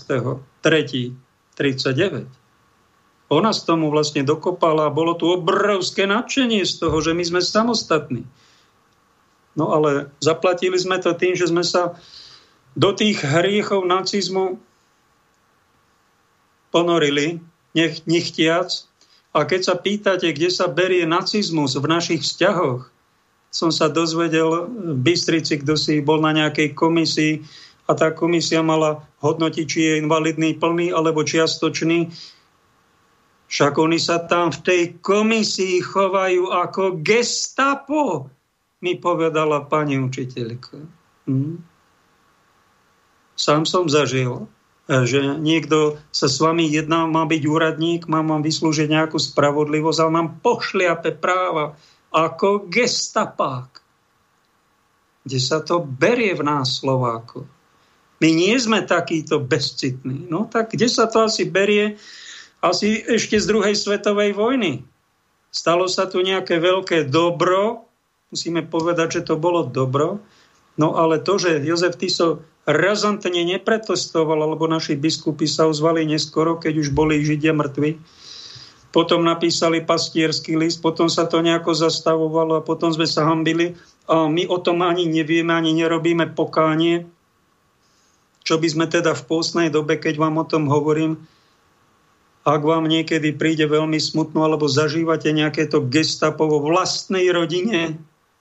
14.3.39. Ona z tomu vlastne dokopala a bolo tu obrovské nadšenie z toho, že my sme samostatní. No ale zaplatili sme to tým, že sme sa do tých hriechov nacizmu ponorili, nechtiac. A keď sa pýtate, kde sa berie nacizmus v našich vzťahoch, som sa dozvedel v Bystrici, kto si bol na nejakej komisii a tá komisia mala hodnotiť, či je invalidný plný alebo čiastočný. Však oni sa tam v tej komisii chovajú ako gestapo, mi povedala pani učiteľka. Sám som zažil, že niekto sa s vami jedná, má byť úradník, má vám vyslúžiť nejakú spravodlivosť, ale mám pošliape práva ako gestapák. Kde sa to berie v nás, Slovákov? My nie sme takíto bezcitní. No tak kde sa to asi berie? Asi ešte z druhej svetovej vojny. Stalo sa tu nejaké veľké dobro, musíme povedať, že to bolo dobro, no ale to, že Jozef Tiso razantne neprotestoval, alebo naši biskupy sa ozvali neskoro, keď už boli Židia mŕtvi, potom napísali pastierský list, potom sa to nejako zastavovalo a potom sme sa hanbili a my o tom ani nevieme, ani nerobíme pokánie, čo by sme teda v pôstnej dobe, keď vám o tom hovorím, ak vám niekedy príde veľmi smutno alebo zažívate nejaké to gestapo vo vlastnej rodine,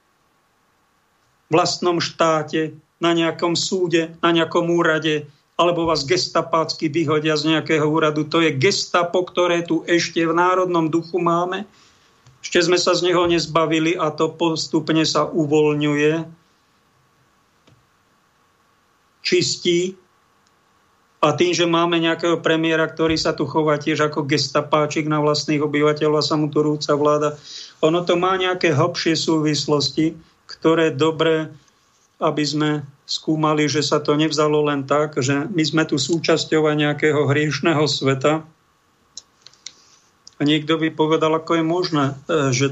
vlastnom štáte, na nejakom súde, na nejakom úrade, alebo vás gestapácky vyhodia z nejakého úradu. To je gestapo, ktoré tu ešte v národnom duchu máme. Ešte sme sa z neho nezbavili a to postupne sa uvoľňuje, čistí. A tým, že máme nejakého premiéra, ktorý sa tu chová tiež ako gestapáčik na vlastných obyvateľov a sa mu tu rúca vláda, ono to má nejaké hlbšie súvislosti, ktoré dobre, aby sme skúmali, že sa to nevzalo len tak, že my sme tu súčasťou nejakého hriešného sveta. A niekto by povedal, ako je možné, že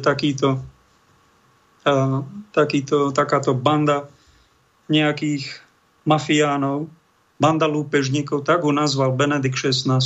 takáto banda nejakých mafiánov, banda lúpežníkov, tak ho nazval Benedikt XVI.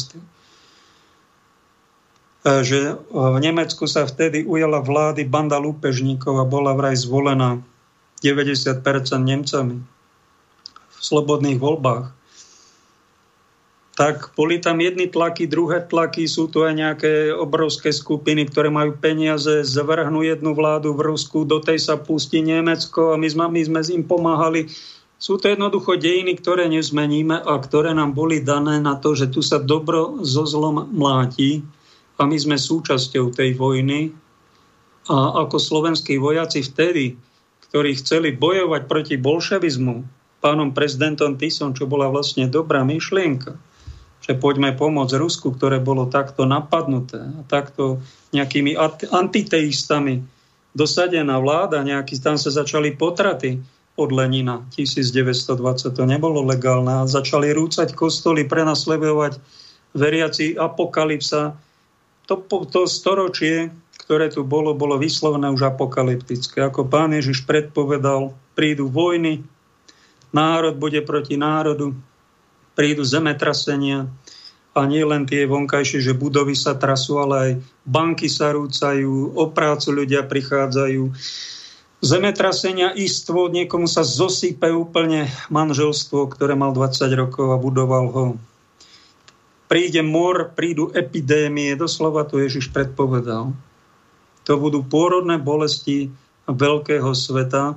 Že v Nemecku sa vtedy ujala vlády banda lúpežníkov a bola vraj zvolená 90% Nemcami v slobodných voľbách. tak boli tam jedny tlaky, druhé tlaky, sú tu aj nejaké obrovské skupiny, ktoré majú peniaze, zvrhnú jednu vládu v Rusku, do tej sa pustí Nemecko a my sme im pomáhali. Sú to jednoducho dejiny, ktoré nezmeníme a ktoré nám boli dané na to, že tu sa dobro so zlom mláti a my sme súčasťou tej vojny. A ako slovenskí vojaci vtedy, ktorí chceli bojovať proti bolševizmu, pánom prezidentom Tisom, čo bola vlastne dobrá myšlienka, že poďme pomôcť Rusku, ktoré bolo takto napadnuté a takto nejakými antiteistami dosadená vláda, tam sa začali potraty od Lenina 1920, to nebolo legálne, a začali rúcať kostoly, prenasledovať veriaci, apokalypsa. To storočie, ktoré tu bolo vyslovene už apokalyptické. Ako Pán Ježiš predpovedal, prídu vojny, národ bude proti národu, prídu zemetrasenia a nie len tie vonkajšie, že budovy sa trasú, ale aj banky sa rúcajú, o prácu ľudia prichádzajú. Zemetrasenia, istvo, niekomu sa zosype úplne manželstvo, ktoré mal 20 rokov a budoval ho. Príde mor, prídu epidémie, doslova to Ježiš predpovedal. To budú pôrodné bolesti veľkého sveta.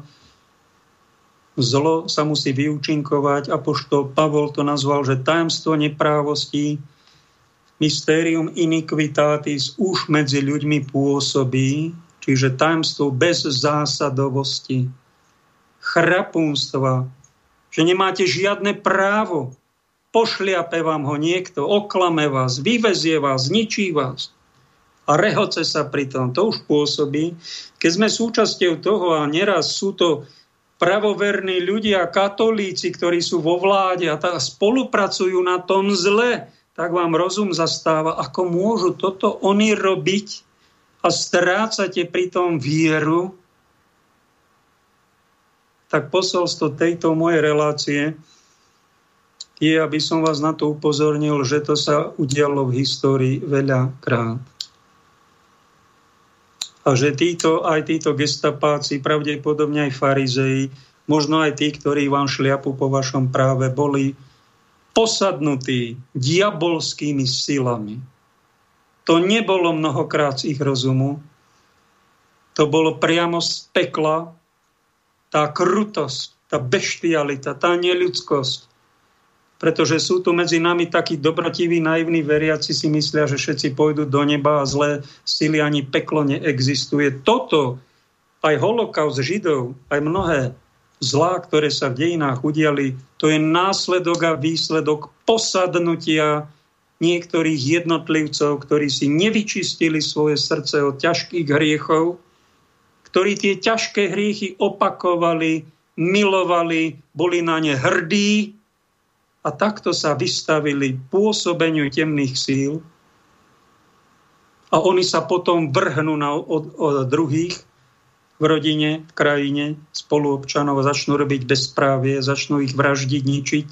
Zlo sa musí vyúčinkovať. Apoštol Pavol to nazval, že tajomstvo neprávostí, mysterium iniquitatis už medzi ľuďmi pôsobí, čiže tajomstvo bez zásadovosti, chrapúnstva, že nemáte žiadne právo, pošliape vám ho niekto, oklame vás, vyvezie vás, zničí vás a rehoce sa pri tom. To už pôsobí. Keď sme súčasťou toho a neraz sú to pravoverní ľudia, katolíci, ktorí sú vo vláde a spolupracujú na tom zle, tak vám rozum zastáva, ako môžu toto oni robiť a strácate pritom vieru. Tak posolstvo tejto mojej relácie je, aby som vás na to upozornil, že to sa udialo v histórii veľakrát. A že aj títo gestapáci, pravdepodobne aj farizei, možno aj tí, ktorí vám šliapu po vašom práve, boli posadnutí diabolskými silami. To nebolo mnohokrát z ich rozumu. To bolo priamo z pekla. Tá krutosť, tá beštialita, tá neľudskosť. Pretože sú tu medzi nami takí dobrotiví, naivní veriaci, si myslia, že všetci pôjdu do neba a zlé sily, ani peklo neexistuje. Toto, aj holokaust Židov, aj mnohé zlá, ktoré sa v dejinách udiali, to je následok a výsledok posadnutia niektorých jednotlivcov, ktorí si nevyčistili svoje srdce od ťažkých hriechov, ktorí tie ťažké hriechy opakovali, milovali, boli na ne hrdí, a takto sa vystavili pôsobeniu temných síl a oni sa potom vrhnú od druhých v rodine, v krajine, spoluobčanov a začnú robiť bezprávie, začnú ich vraždiť, ničiť.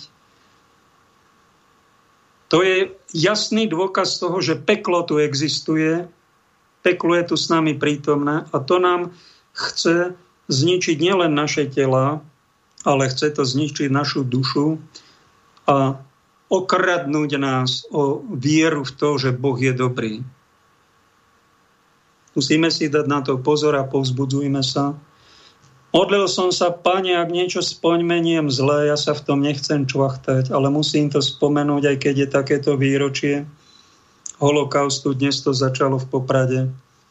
To je jasný dôkaz toho, že peklo tu existuje, peklo je tu s nami prítomné a to nám chce zničiť nielen naše tela, ale chce to zničiť našu dušu, a okradnúť nás o vieru v to, že Boh je dobrý. Musíme si dať na to pozor a povzbudzujme sa. Modlil som sa, Pane, ak niečo spomeniem zlé, ja sa v tom nechcem čvachtať, ale musím to spomenúť, aj keď je takéto výročie holokaustu. Dnes to začalo v Poprade.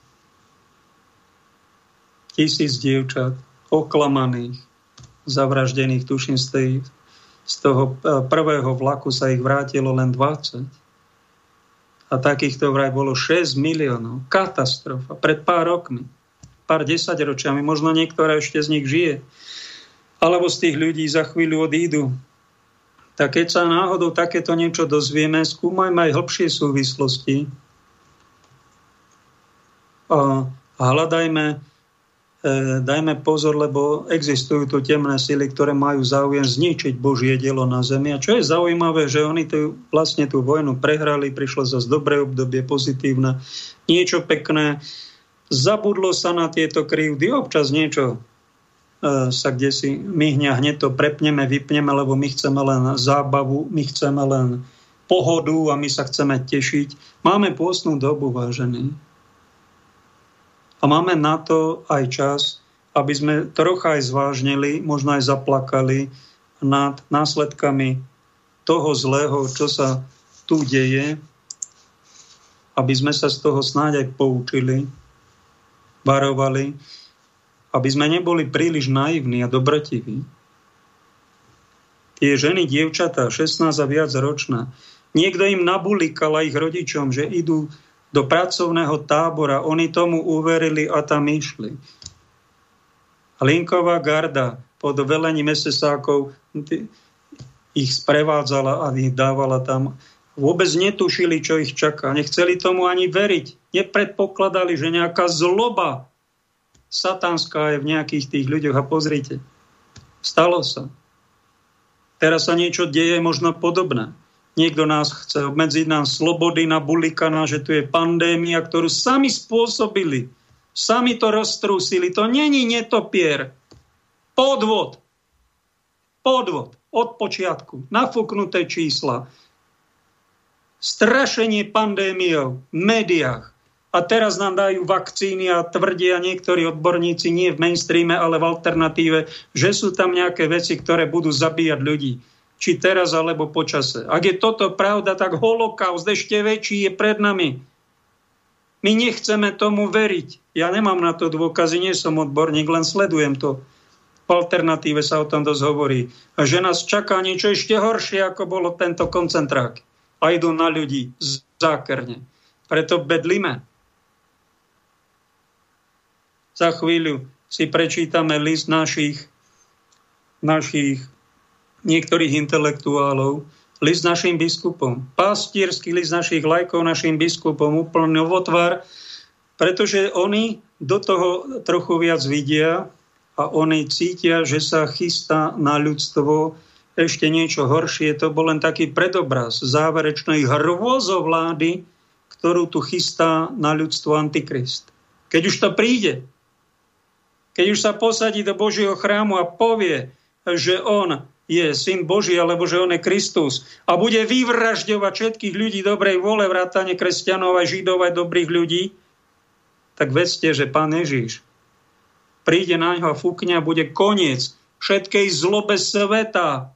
1000 dievčat, oklamaných, zavraždených, tuším, z toho prvého vlaku sa ich vrátilo len 20. A takýchto vraj bolo 6 miliónov. Katastrofa. Pred pár rokmi, pár desaťročiami, možno niektorá ešte z nich žije. Alebo z tých ľudí za chvíľu odídu. Tak keď sa náhodou takéto niečo dozvieme, skúmajme aj hlbšie súvislosti a hľadajme, dajme pozor, lebo existujú tu temné sily, ktoré majú záujem zničiť Božie dielo na zemi. A čo je zaujímavé, že oni vlastne tú vojnu prehrali, prišlo zase dobré obdobie, pozitívne, niečo pekné. Zabudlo sa na tieto krivdy, občas niečo sa kdesi myhne, hneď to prepneme, vypneme, lebo my chceme len zábavu, my chceme len pohodu a my sa chceme tešiť. Máme pôstnu dobu, vážení. A máme na to aj čas, aby sme trocha aj zvážnili, možno aj zaplakali nad následkami toho zlého, čo sa tu deje, aby sme sa z toho snáď aj poučili, varovali, aby sme neboli príliš naivní a dobrotiví. Tie ženy, dievčatá, 16 a viac ročná, niekto im nabulikal ich rodičom, že idú do pracovného tábora, oni tomu uverili a tam išli. Hlinková garda pod velením SS-ákov ich sprevádzala a ich dávala tam. Vôbec netušili, čo ich čaká. Nechceli tomu ani veriť. Nepredpokladali, že nejaká zloba satanská je v nejakých tých ľuďoch. A pozrite, stalo sa. Teraz sa niečo deje možno podobné. Niekto nás chce obmedziť nám slobody, nabulika nás, že tu je pandémia, ktorú sami spôsobili. Sami to roztrúsili. To není netopier. Podvod. Podvod. Od počiatku. Nafúknuté čísla. Strašenie pandémiou v médiách. A teraz nám dajú vakcíny a tvrdia niektorí odborníci, nie v mainstreame, ale v alternatíve, že sú tam nejaké veci, ktoré budú zabíjať ľudí. Či teraz, alebo počase. Ak je toto pravda, tak holokaust ešte väčší je pred nami. My nechceme tomu veriť. Ja nemám na to dôkazy, nie som odborník, len sledujem to. V alternatíve sa o tom dosť hovorí. A že nás čaká niečo ešte horšie, ako bolo tento koncentrák. A idú na ľudí zákerne. Preto bedlíme. Za chvíľu si prečítame list našich niektorých intelektuálov, list našim biskupom, pastierský list našich laikov našim biskupom, úplný novotvar, pretože oni do toho trochu viac vidia a oni cítia, že sa chystá na ľudstvo ešte niečo horšie. To bol len taký predobraz záverečnej hrôzovlády, ktorú tu chystá na ľudstvo Antikrist. Keď už to príde, keď už sa posadí do Božieho chrámu a povie, že on je syn Boží, alebo že on je Kristus a bude vyvražďovať všetkých ľudí dobrej vôle, vrátane kresťanov aj židov, aj dobrých ľudí, tak vedzte, že Pán Ježiš príde na ňo a fúkne a bude koniec všetkej zlobe sveta.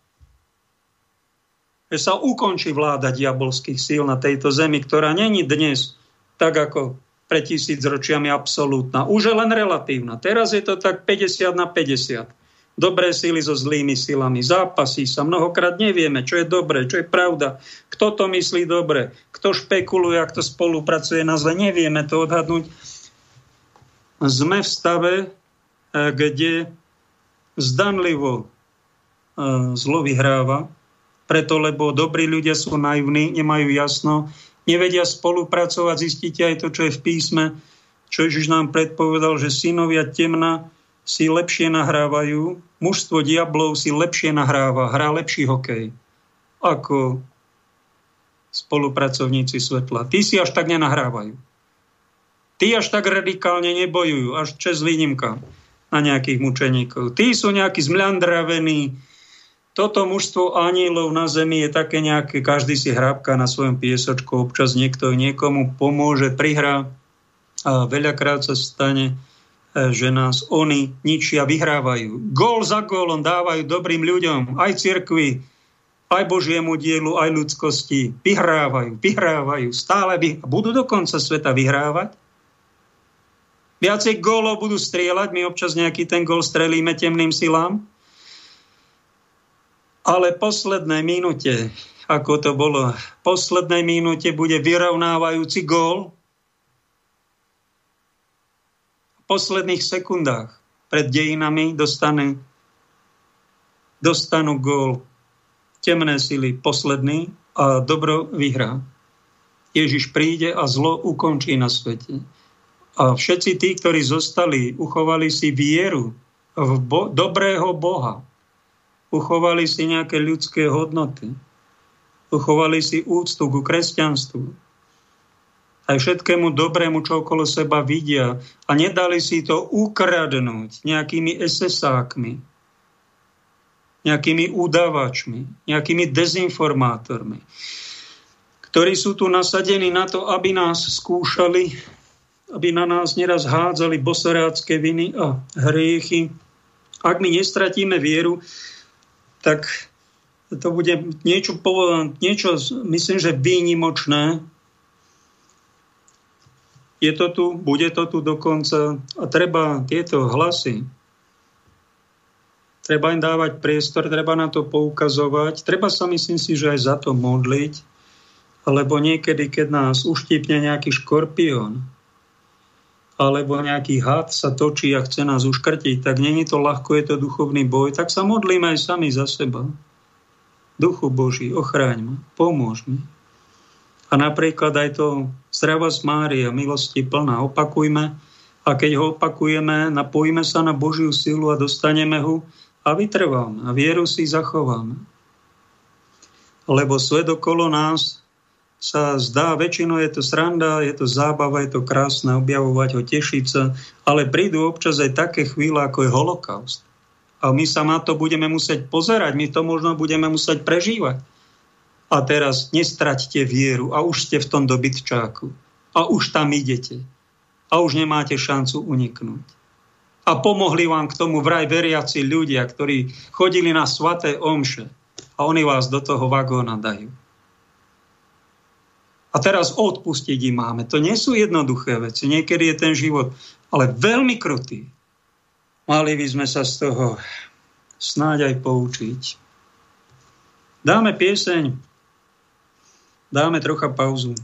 Že sa ukončí vláda diabolských síl na tejto zemi, ktorá není dnes tak ako pred 1000 ročiami absolútna. Už je len relatívna. Teraz je to tak 50 na 50. Dobré síly so zlými silami. Zápasí sa. Mnohokrát nevieme, čo je dobré, čo je pravda. Kto to myslí dobre. Kto špekuluje, kto spolupracuje na zle. Nevieme to odhadnúť. Sme v stave, kde zdanlivo zlo vyhráva. Preto, lebo dobrí ľudia sú naivní, nemajú jasno, nevedia spolupracovať. Zistíte aj to, čo je v písme, čo Ježiš nám predpovedal, že synovia temna si lepšie nahrávajú, mužstvo diablov si lepšie nahráva, hrá lepší hokej ako spolupracovníci svetla. Tí si až tak nenahrávajú. Tí až tak radikálne nebojujú, až čas výnimka na nejakých mučeníkov. Tí sú nejakí zmľandravení. Toto mužstvo anielov na zemi je také nejaké, každý si hrábka na svojom piesočku, občas niekto niekomu pomôže, prihrá a veľakrát sa stane, že nás oni ničia, vyhrávajú. Gól za gólom dávajú dobrým ľuďom, aj cirkvi, aj Božiemu dielu, aj ľudskosti. Vyhrávajú, stále budú do konca sveta vyhrávať. Viacej gólov budú strieľať, my občas nejaký ten gól strelíme temným silám. Ale v poslednej minúte, ako to bolo, v poslednej minúte bude vyrovnávajúci gól. V posledných sekundách pred dejinami dostanú gól temné sily posledný a dobro vyhrá. Ježiš príde a zlo ukončí na svete. A všetci tí, ktorí zostali, uchovali si vieru v dobrého Boha. Uchovali si nejaké ľudské hodnoty. Uchovali si úctu ku kresťanstvu. Aj všetkému dobrému, čo okolo seba vidia. A nedali si to ukradnúť nejakými SS-ákmi, nejakými udavačmi, nejakými dezinformátormi. ktorí sú tu nasadení na to, aby nás skúšali, aby na nás neraz hádzali bosorácké viny a hriechy. Ak my nestratíme vieru, tak to bude niečo myslím, že výnimočné. Je to tu, bude to tu dokonca a treba tieto hlasy, treba im dávať priestor, treba na to poukazovať, treba sa, myslím si, že aj za to modliť, alebo niekedy, keď nás uštípne nejaký škorpión, alebo nejaký had sa točí a chce nás uškrtiť, tak není to ľahko, je to duchovný boj, tak sa modlíme aj sami za seba. Duchu Boží, ochráň ma, pomôž mi. A napríklad aj to zdravosť Mária, milosti plná, opakujme a keď ho opakujeme, napojíme sa na Božiu silu a dostaneme ho a vytrváme a vieru si zachováme. Lebo svet okolo nás sa zdá, väčšinou je to sranda, je to zábava, je to krásne objavovať ho, tešiť sa, ale prídu občas aj také chvíle, ako je holokaust. A my sa na to budeme musieť pozerať, my to možno budeme musieť prežívať. A teraz nestraťte vieru a už ste v tom dobytčáku. A už tam idete. A už nemáte šancu uniknúť. A pomohli vám k tomu vraj veriaci ľudia, ktorí chodili na sväté omše. A oni vás do toho vagóna dajú. A teraz odpustiť im máme. To nie sú jednoduché veci. Niekedy je ten život ale veľmi krutý. Mali by sme sa z toho snáď aj poučiť. Dáme pieseň. Dáme trocha pauzu.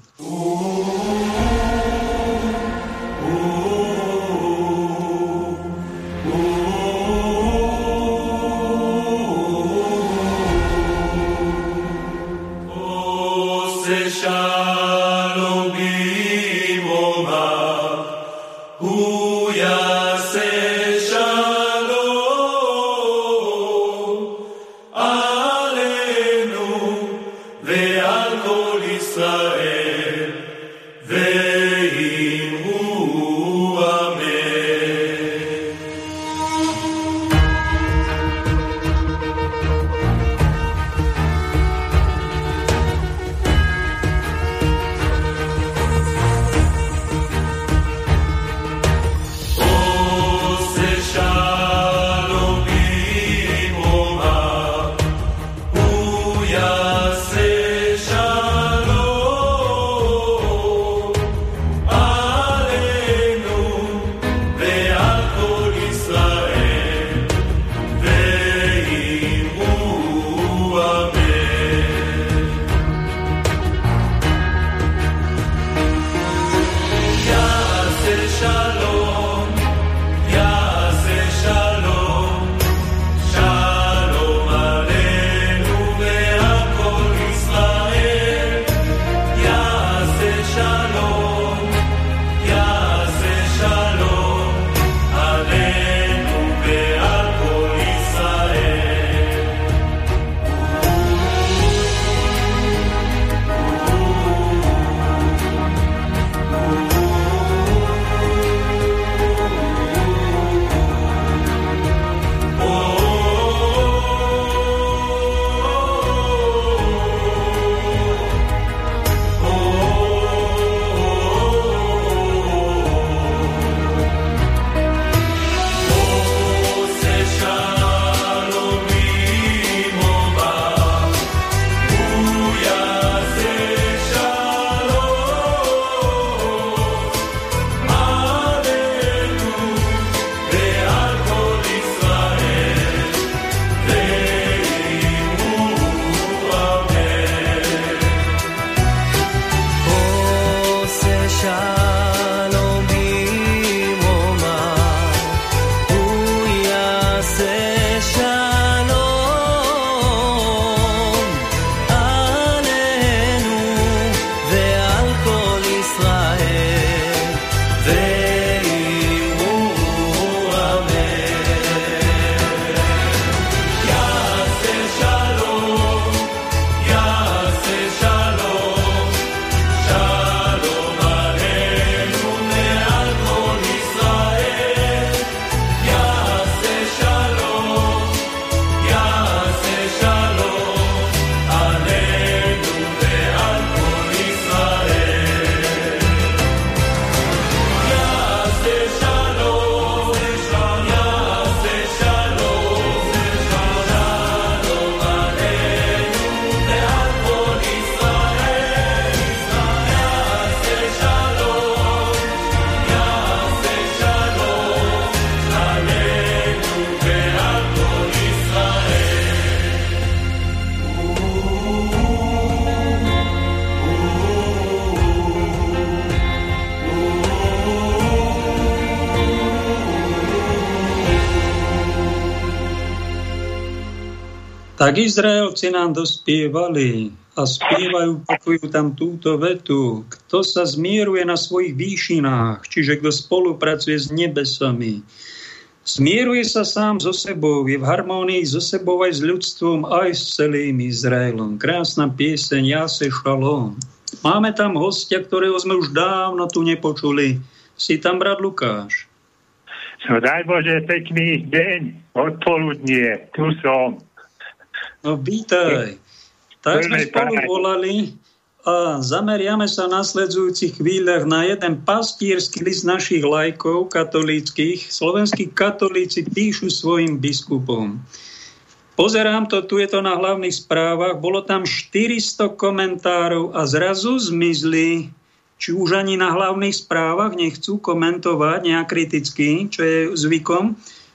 Tak Izraelci nám dospievali a spievajú, opakujú tam túto vetu. Kto sa zmieruje na svojich výšinách, čiže kto spolupracuje s nebesami, zmieruje sa sám so sebou, je v harmónii so sebou aj s ľudstvom, aj s celým Izraelom. Krásna pieseň Jase Šalom. Máme tam hostia, ktorého sme už dávno tu nepočuli. Si tam, brat Lukáš? No daj Bože, pekný deň, odpoludnie, tu som. No vítaj. Tak sme spolu volali a zameriame sa v nasledujúcich chvíľach na jeden pastiersky list našich laikov katolíckych. Slovenskí katolíci píšu svojim biskupom. Pozerám to, tu je to na hlavných správach, bolo tam 400 komentárov a zrazu zmizli, či už ani na hlavných správach nechcú komentovať nejak kriticky, čo je zvykom.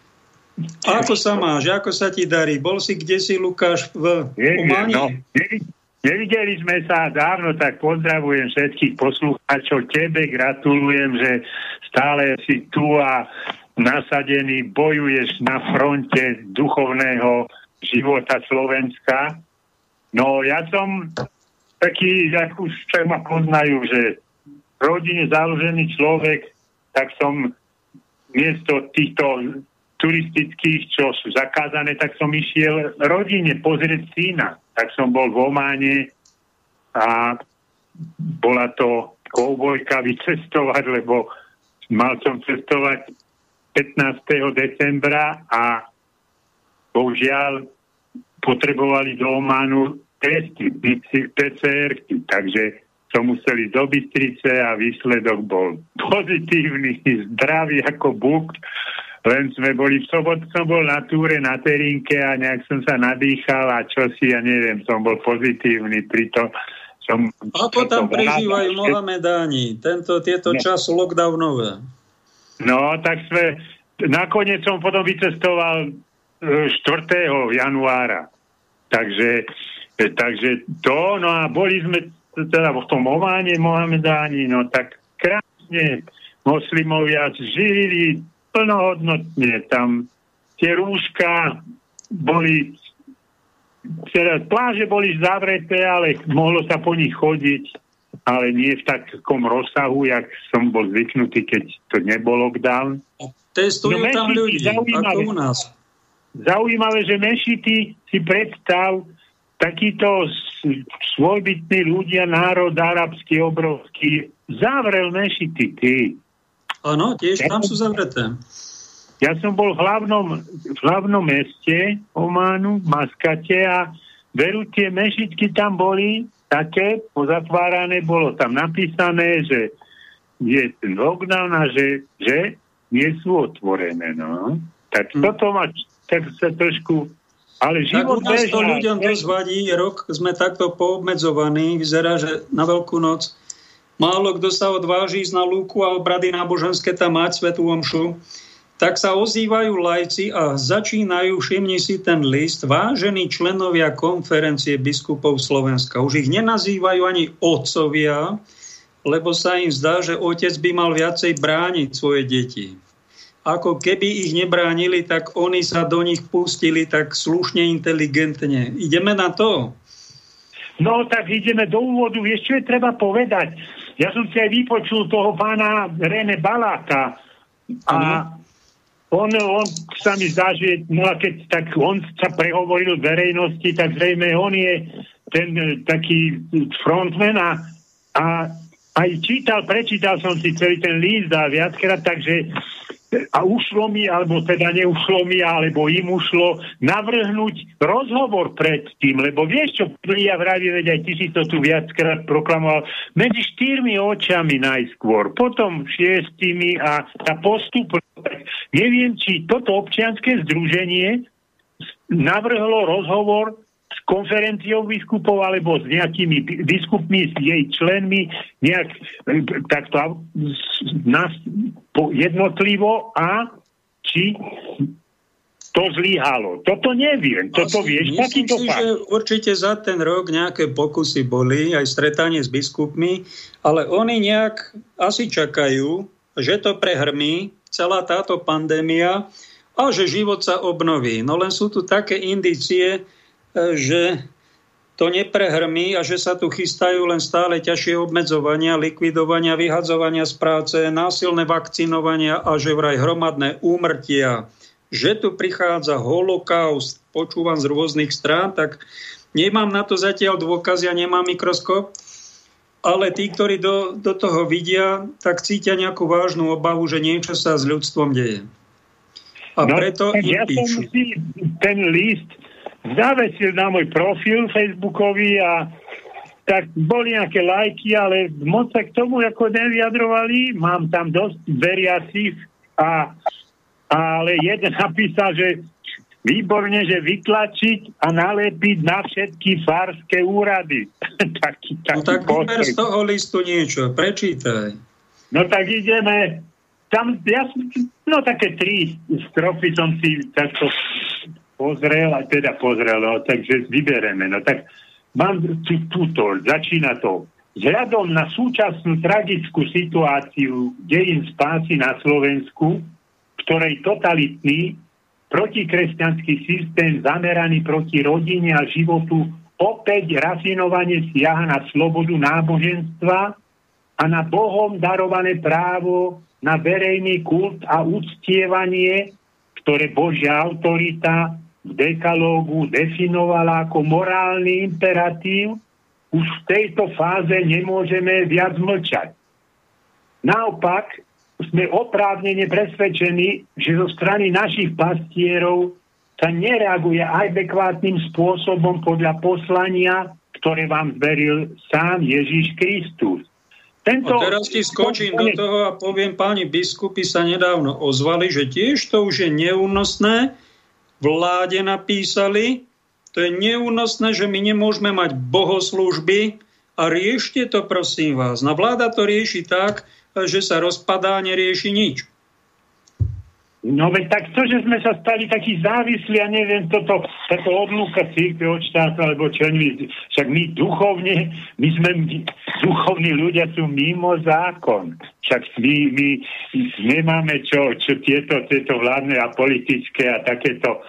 Ako sa máš? Ako sa ti darí? Bol si kdesi, Lukáš, v Ománe? No, nevideli sme sa dávno, tak pozdravujem všetkých poslucháčov. Tebe gratulujem, že stále si tu a nasadený, bojuješ na fronte duchovného života Slovenska. No, ja som taký, ako už ma poznajú, že v rodine založený človek, tak som miesto týchto turistických, čo sú zakázané, tak som išiel rodine pozrieť syna. Tak som bol v Ománe a bola to koubojka vycestovať, lebo mal som cestovať 15. decembra a bohužiaľ potrebovali do Ománu testy, PCR, takže som musel ísť do Bystrice a výsledok bol pozitívny, zdravý ako buk. Len sme boli, v sobotu som bol na túre na Terínke a nejak som sa nadýchal a čosi, ja neviem, som bol pozitívny, pritom som... Ako tam prežívajú Mohamedáni, tieto čas lockdownové? No, tak nakoniec som potom vycestoval 4. januára. Takže to, no a boli sme teda v tom Ománe Mohamedáni, no tak krásne moslimovia žili plnohodnotne. Tam tie rúška boli, teda pláže boli zavreté, ale mohlo sa po nich chodiť, ale nie v takom rozsahu, jak som bol zvyknutý, keď to nebol lockdown. Testujú tam ľudí, ako u nás. Zaujímavé, že mešity, si predstav, takýto svojbytní ľudia, národ arabský, obrovský, zavrel mešity, ty. Áno, tiež tam sú zavreté. Ja som bol v hlavnom meste Ománu, Maskate a veru tie mešitky tam boli také pozatvárané, bolo tam napísané, že je ten lockdown a že nie sú otvorené, no. Tak toto ma tak sa trošku... Ale život tak u nás to ľuďom dosť vadí, rok sme takto poobmedzovaní, vyzerá, že na Veľkú noc málo kto sa odváži ísť na lúku a obrady náboženské tam mať svätú omšu, tak sa ozývajú laici a začínajú, všimni si ten list, vážení členovia konferencie biskupov Slovenska. Už ich nenazývajú ani otcovia, lebo sa im zdá, že otec by mal viacej brániť svoje deti. Ako keby ich nebránili, tak oni sa do nich pustili tak slušne, inteligentne. Ideme na to? No, tak ideme do úvodu. Vieš, čo je treba povedať? Ja som si aj vypočul toho pána René Baláka a on sa mi zdá, že no a keď tak on sa prehovoril v verejnosti, tak zrejme on je ten taký frontman a aj prečítal som si celý ten list a viackrát, takže a ušlo mi, alebo teda neušlo mi, alebo im ušlo navrhnúť rozhovor pred tým, lebo vieš čo, ja vraví, veď aj ty si to tu viackrát proklamoval, medzi 4 očami najskôr, potom 6 a tá postup, neviem, či toto občianske združenie navrhlo rozhovor s konferenciou biskupov alebo s nejakými biskupmi, s jej členmi, nejak takto jednotlivo a či to zlyhalo. Toto neviem. Toto vieš, takýto fakt. Že určite za ten rok nejaké pokusy boli, aj stretanie s biskupmi, ale oni nejak asi čakajú, že to prehrmí, celá táto pandémia a že život sa obnoví. No len sú tu také indície, že to neprehrmí a že sa tu chystajú len stále ťažšie obmedzovania, likvidovania, vyhadzovania z práce, násilné vakcinovania a že vraj hromadné úmrtia. Že tu prichádza holokaust, počúvam z rôznych strán, tak nemám na to zatiaľ dôkaz, ja nemám mikroskop, ale tí, ktorí do toho vidia, tak cítia nejakú vážnu obavu, že niečo sa s ľudstvom deje. A preto im píšu. Ten list zavesil na môj profil facebookový a tak boli nejaké lajky, ale moc sa k tomu ako nevyjadrovali. Mám tam dosť veriacich ale jeden napísal, že výborne, že vytlačiť a nalepiť na všetky farské úrady. taký tak vyber z toho listu niečo, prečítaj. No tak ideme. Tam, také 3 strofy som si takto pozrel, no, takže vybereme. No tak mám túto, začína to. Vzhľadom na súčasnú tragickú situáciu dejín spásy na Slovensku, ktorej totalitný protikresťanský systém zameraný proti rodine a životu opäť rafinovane siaha na slobodu náboženstva a na Bohom darované právo na verejný kult a uctievanie, ktoré Božia autorita v dekalógu definovala ako morálny imperatív, už v tejto fáze nemôžeme viac mlčať. Naopak, sme oprávnene presvedčení, že zo strany našich pastierov sa nereaguje adekvátnym spôsobom podľa poslania, ktoré vám zveril sám Ježiš Kristus. A teraz ti skočím do toho a poviem, páni biskupy sa nedávno ozvali, že tiež to už je neúnosné. Vláde napísali, to je neúnosné, že my nemôžeme mať bohoslúžby a riešte to, prosím vás. No vláda to rieši tak, že sa rozpadá, nerieši nič. No veď tak to, že sme sa stali takí závislí, a neviem, táto odlúka cirkvi od štátu, alebo čo, však my duchovní ľudia sú mimo zákon. Však my nemáme čo tieto vládne a politické a takéto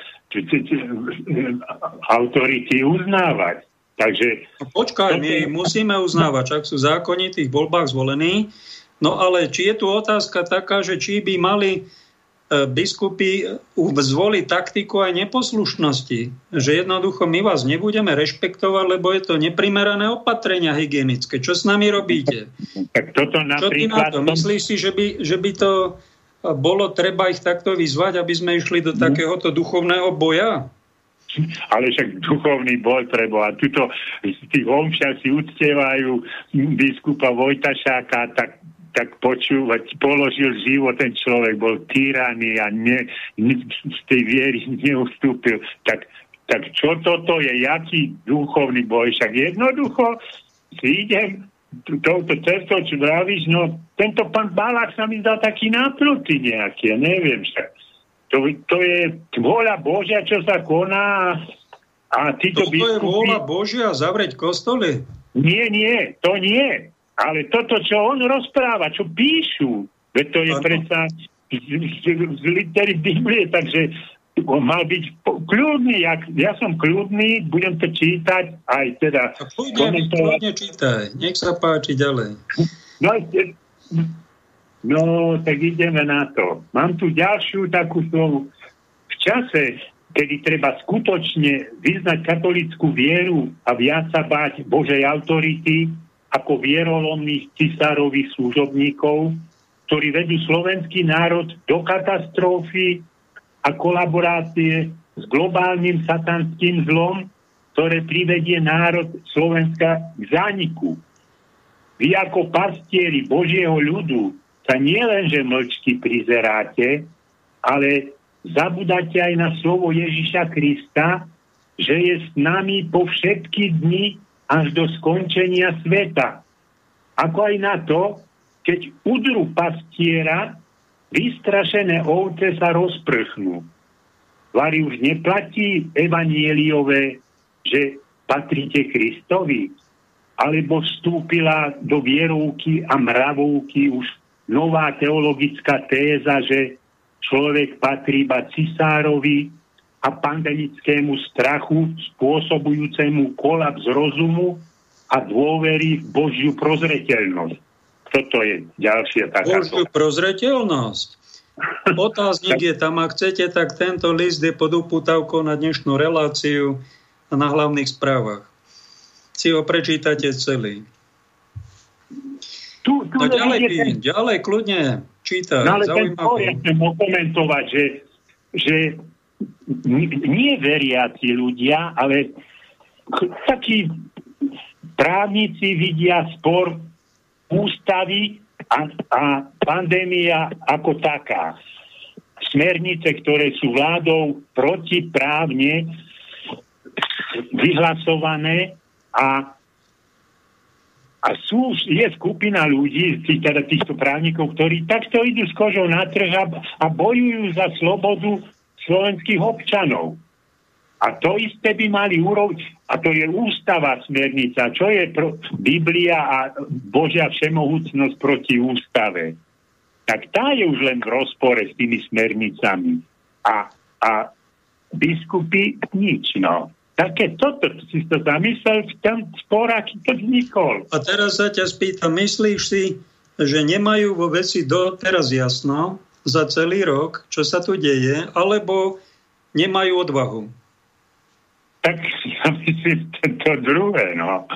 autority uznávať. Takže... Počkaj, my musíme uznávať, čak sú zákoni v tých voľbách zvolení, no ale či je tu otázka taká, že či by mali biskupy zvoliť taktiku aj neposlušnosti, že jednoducho my vás nebudeme rešpektovať, lebo je to neprimerané opatrenia hygienické. Čo s nami robíte? Tak toto napríklad... Čo ty na to? Myslíš si, že by to bolo treba ich takto vyzvať, aby sme išli do takéhoto duchovného boja? Ale však duchovný boj treba. A tuto tí homšia si uctievajú biskupa Vojtašáka, tak počúvať, položil život, ten človek bol tyraný a z tej viery neustúpil. Tak čo toto je, jaký duchovný boj? Však jednoducho si idem touto cestou, čo vravíš, no tento pán Balák sa mi zdal taký napnutý nejaký, ja neviem však. To je vôľa Božia, čo sa koná a títo biskupy... To je vôľa Božia zavrieť kostoly? Nie, to nie. Ale toto, čo on rozpráva, čo píšu, veď to je predsa z litery Biblie, takže on mal byť kľudný. Ja som kľudný, budem to čítať, aj teda komentovať. Kľudne čítaj, nech sa páči ďalej. No, tak ideme na to. Mám tu ďalšiu takú slovu. V čase, kedy treba skutočne vyznať katolícku vieru a viac sa báť Božej autority, ako vierolomných cisárových služobníkov, ktorí vedú slovenský národ do katastrofy a kolaborácie s globálnym satanským zlom, ktoré privedie národ Slovenska k zániku. Vy ako pastieri Božieho ľudu sa nielenže mlčky prizeráte, ale zabudáte aj na slovo Ježiša Krista, že je s nami po všetky dni až do skončenia sveta. Ako aj na to, keď udru pastiera, vystrašené ovce sa rozprchnú. Vari už neplatí evanieliové, že patríte Kristovi, alebo vstúpila do vierovky a mravovky už nová teologická téza, že človek patrí iba cisárovi a pandemickému strachu spôsobujúcemu kolaps rozumu a dôvery v Božiu prozreteľnosť. Toto je ďalšia taká... Božiu prozreteľnosť? Otáznik je tam, ak chcete, tak tento list je pod upútavkou na dnešnú reláciu na hlavných správach. Si ho prečítate celý. No ďalej, kľudne, čítaj. No ale ten chcem komentovať, že nie veriaci ľudia, ale takí právnici vidia spor ústavy a pandémia ako taká. Smernice, ktoré sú vládou protiprávne vyhlasované a je skupina ľudí, týchto právnikov, ktorí takto idú s kožou na trh a bojujú za slobodu slovenských občanov. A to isté by mali urobiť, a to je ústava smernica, čo je Biblia a Božia všemohúcnosť proti ústave. Tak tá je už len v rozpore s tými smernicami. A biskupy nič, no. Také toto, si to zamyslel v tom spor, aký to vznikol. A teraz sa ťa spýtam, myslíš si, že nemajú vo veci doteraz jasno za celý rok, čo sa tu deje, alebo nemajú odvahu? Tak ja myslím, to druhé, no.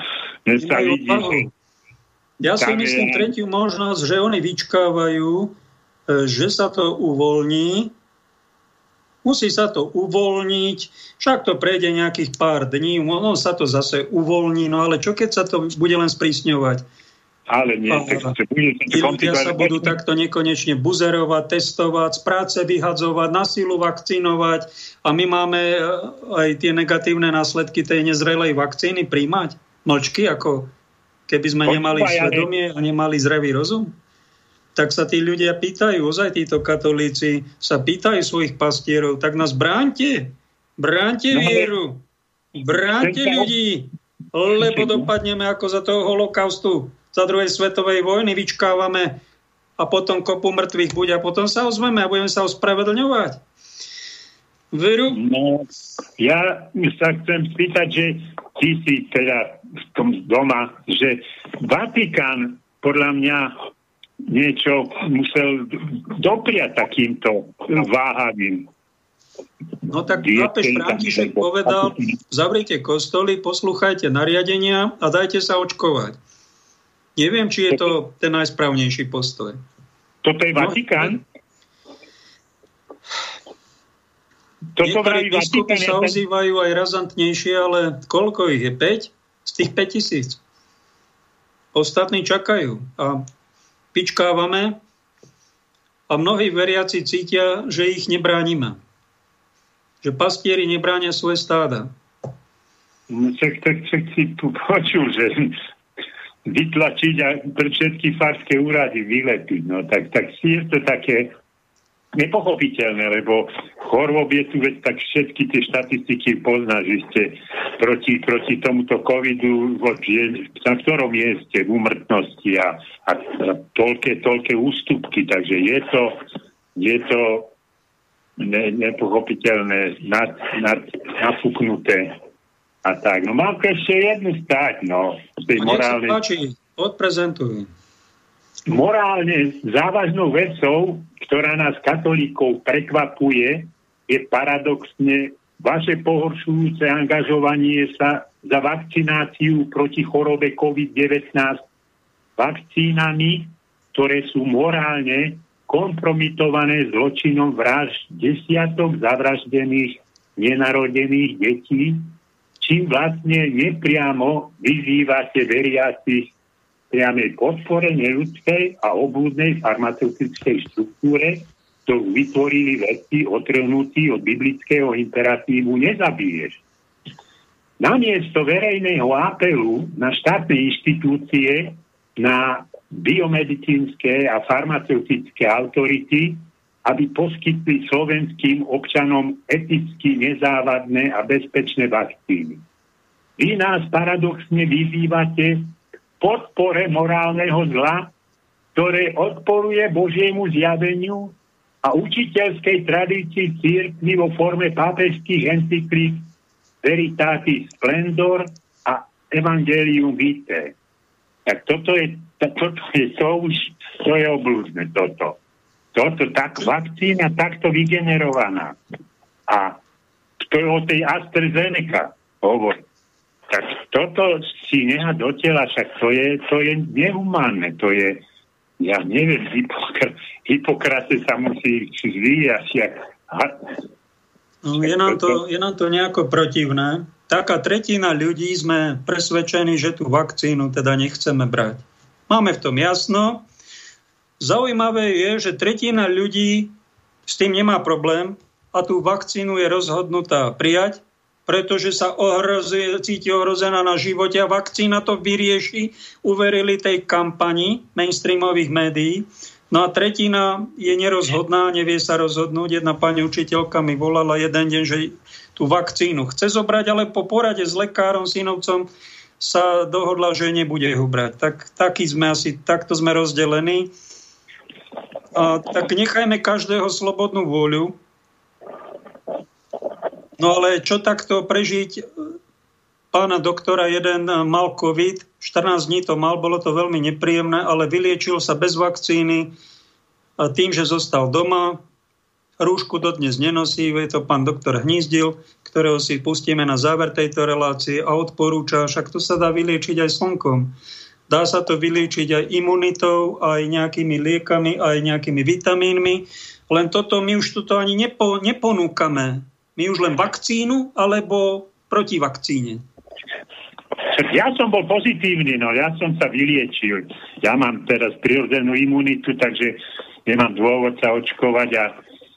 Ja si myslím tretiu možnosť, že oni vyčkávajú, že sa to uvoľní. Musí sa to uvoľniť, však to prejde nejakých pár dní, ono sa to zase uvoľní, no ale čo keď sa to bude len sprísňovať? Ale nie. Ľudia sa budú takto nekonečne buzerovať, testovať, z práce vyhadzovať, na silu vakcinovať a my máme aj tie negatívne následky tej nezrelej vakcíny príjmať? Mlčky, ako keby sme nemali svedomie a nemali zrelý rozum? Tak sa tí ľudia pýtajú, ozaj títo katolíci sa pýtajú svojich pastierov, tak nás bránte vieru, bránte ľudí, lebo dopadneme ako za toho holokaustu, za druhej svetovej vojny, vyčkávame a potom kopu mŕtvych bude a potom sa ozveme a budeme sa ospravedlňovať. Veru? No, ja sa chcem spýtať, že ty si teda v tom doma, že Vatikán podľa mňa niečo musel dopriať takýmto váhavým. No tak pápež František povedal, zavrite kostoly, poslúchajte nariadenia a dajte sa očkovať. Neviem, či je to ten najsprávnejší postoj. Toto je Vatikán? Niektorí biskupy sa ozývajú aj razantnejšie, ale koľko ich je? 5? Z tých 5 000. Ostatní čakajú a pičkávame a mnohí veriaci cítia, že ich nebránime. Že pastieri nebránia svoje stáda. No, tak si tu počul, že vytlačiť a všetky farské úrady vylepiť. No, tak si je to také nepochopiteľné, lebo chorôb je tu, veď tak všetky tie štatistiky pozná, že ste proti tomuto covidu, na ktorom ste v úmrtnosti a toľké ústupky, takže je to nepochopiteľné, nafúknuté a tak. No mám ešte jednu stáť, no. Z tej morálnej... Odprezentuj. Morálne závažnou vecou, ktorá nás katolíkov prekvapuje, je paradoxne vaše pohoršujúce angažovanie sa za vakcináciu proti chorobe COVID-19 vakcínami, ktoré sú morálne kompromitované zločinom vražd desiatok zavraždených nenarodených detí, čím vlastne nepriamo vyzývate veriacich priamej podpore neľudskej a obľudnej farmaceutickej štruktúre, ktorú vytvorili vedci otrhnutí od biblického imperatívu nezabiješ. Namiesto verejného apelu na štátne inštitúcie, na biomedicínske a farmaceutické autority, aby poskytli slovenským občanom eticky nezávadné a bezpečné vakcíny. Vy nás paradoxne vyzývate podpore morálneho zla, ktoré odporuje Božiemu zjaveniu a učiteľskej tradícii cirkvi vo forme pápežských encyklík Veritatis Splendor a Evangelium Vitae. Tak toto je oblúdne toto. Toto tak vakcína takto vygenerovaná. A to je o tej AstraZeneca hovorí. Tak toto si nechá do tela, však to je nehumánne, to je, ja neviem, Hipokrate sa musí zvíjať. No, je nám to nejako protivné. Taká tretina ľudí sme presvedčení, že tú vakcínu teda nechceme brať. Máme v tom jasno. Zaujímavé je, že tretina ľudí s tým nemá problém a tú vakcínu je rozhodnutá prijať, pretože sa cíti ohrozená na živote a vakcína to vyrieši, uverili tej kampani mainstreamových médií. No a tretina je nerozhodná, nevie sa rozhodnúť. Jedna pani učiteľka mi volala jeden deň, že tú vakcínu chce zobrať, ale po porade s lekárom, synovcom sa dohodla, že nebude ho brať. Takto sme rozdelení. A tak nechajme každého slobodnú vôľu. No ale čo takto prežiť? Pána doktora jeden mal COVID, 14 dní to mal, bolo to veľmi nepríjemné, ale vyliečil sa bez vakcíny tým, že zostal doma. Rúšku dodnes nenosí, je to pán doktor Hnízdil, ktorého si pustíme na záver tejto relácie a odporúča, však to sa dá vyliečiť aj slnkom. Dá sa to vyliečiť aj imunitou, aj nejakými liekami, aj nejakými vitamínmi, len toto my už toto ani neponúkame. My už len vakcínu alebo proti vakcíne. Ja som bol pozitívny, ja som sa vyliečil. Ja mám teraz prirodzenú imunitu, takže nemám dôvod sa očkovať a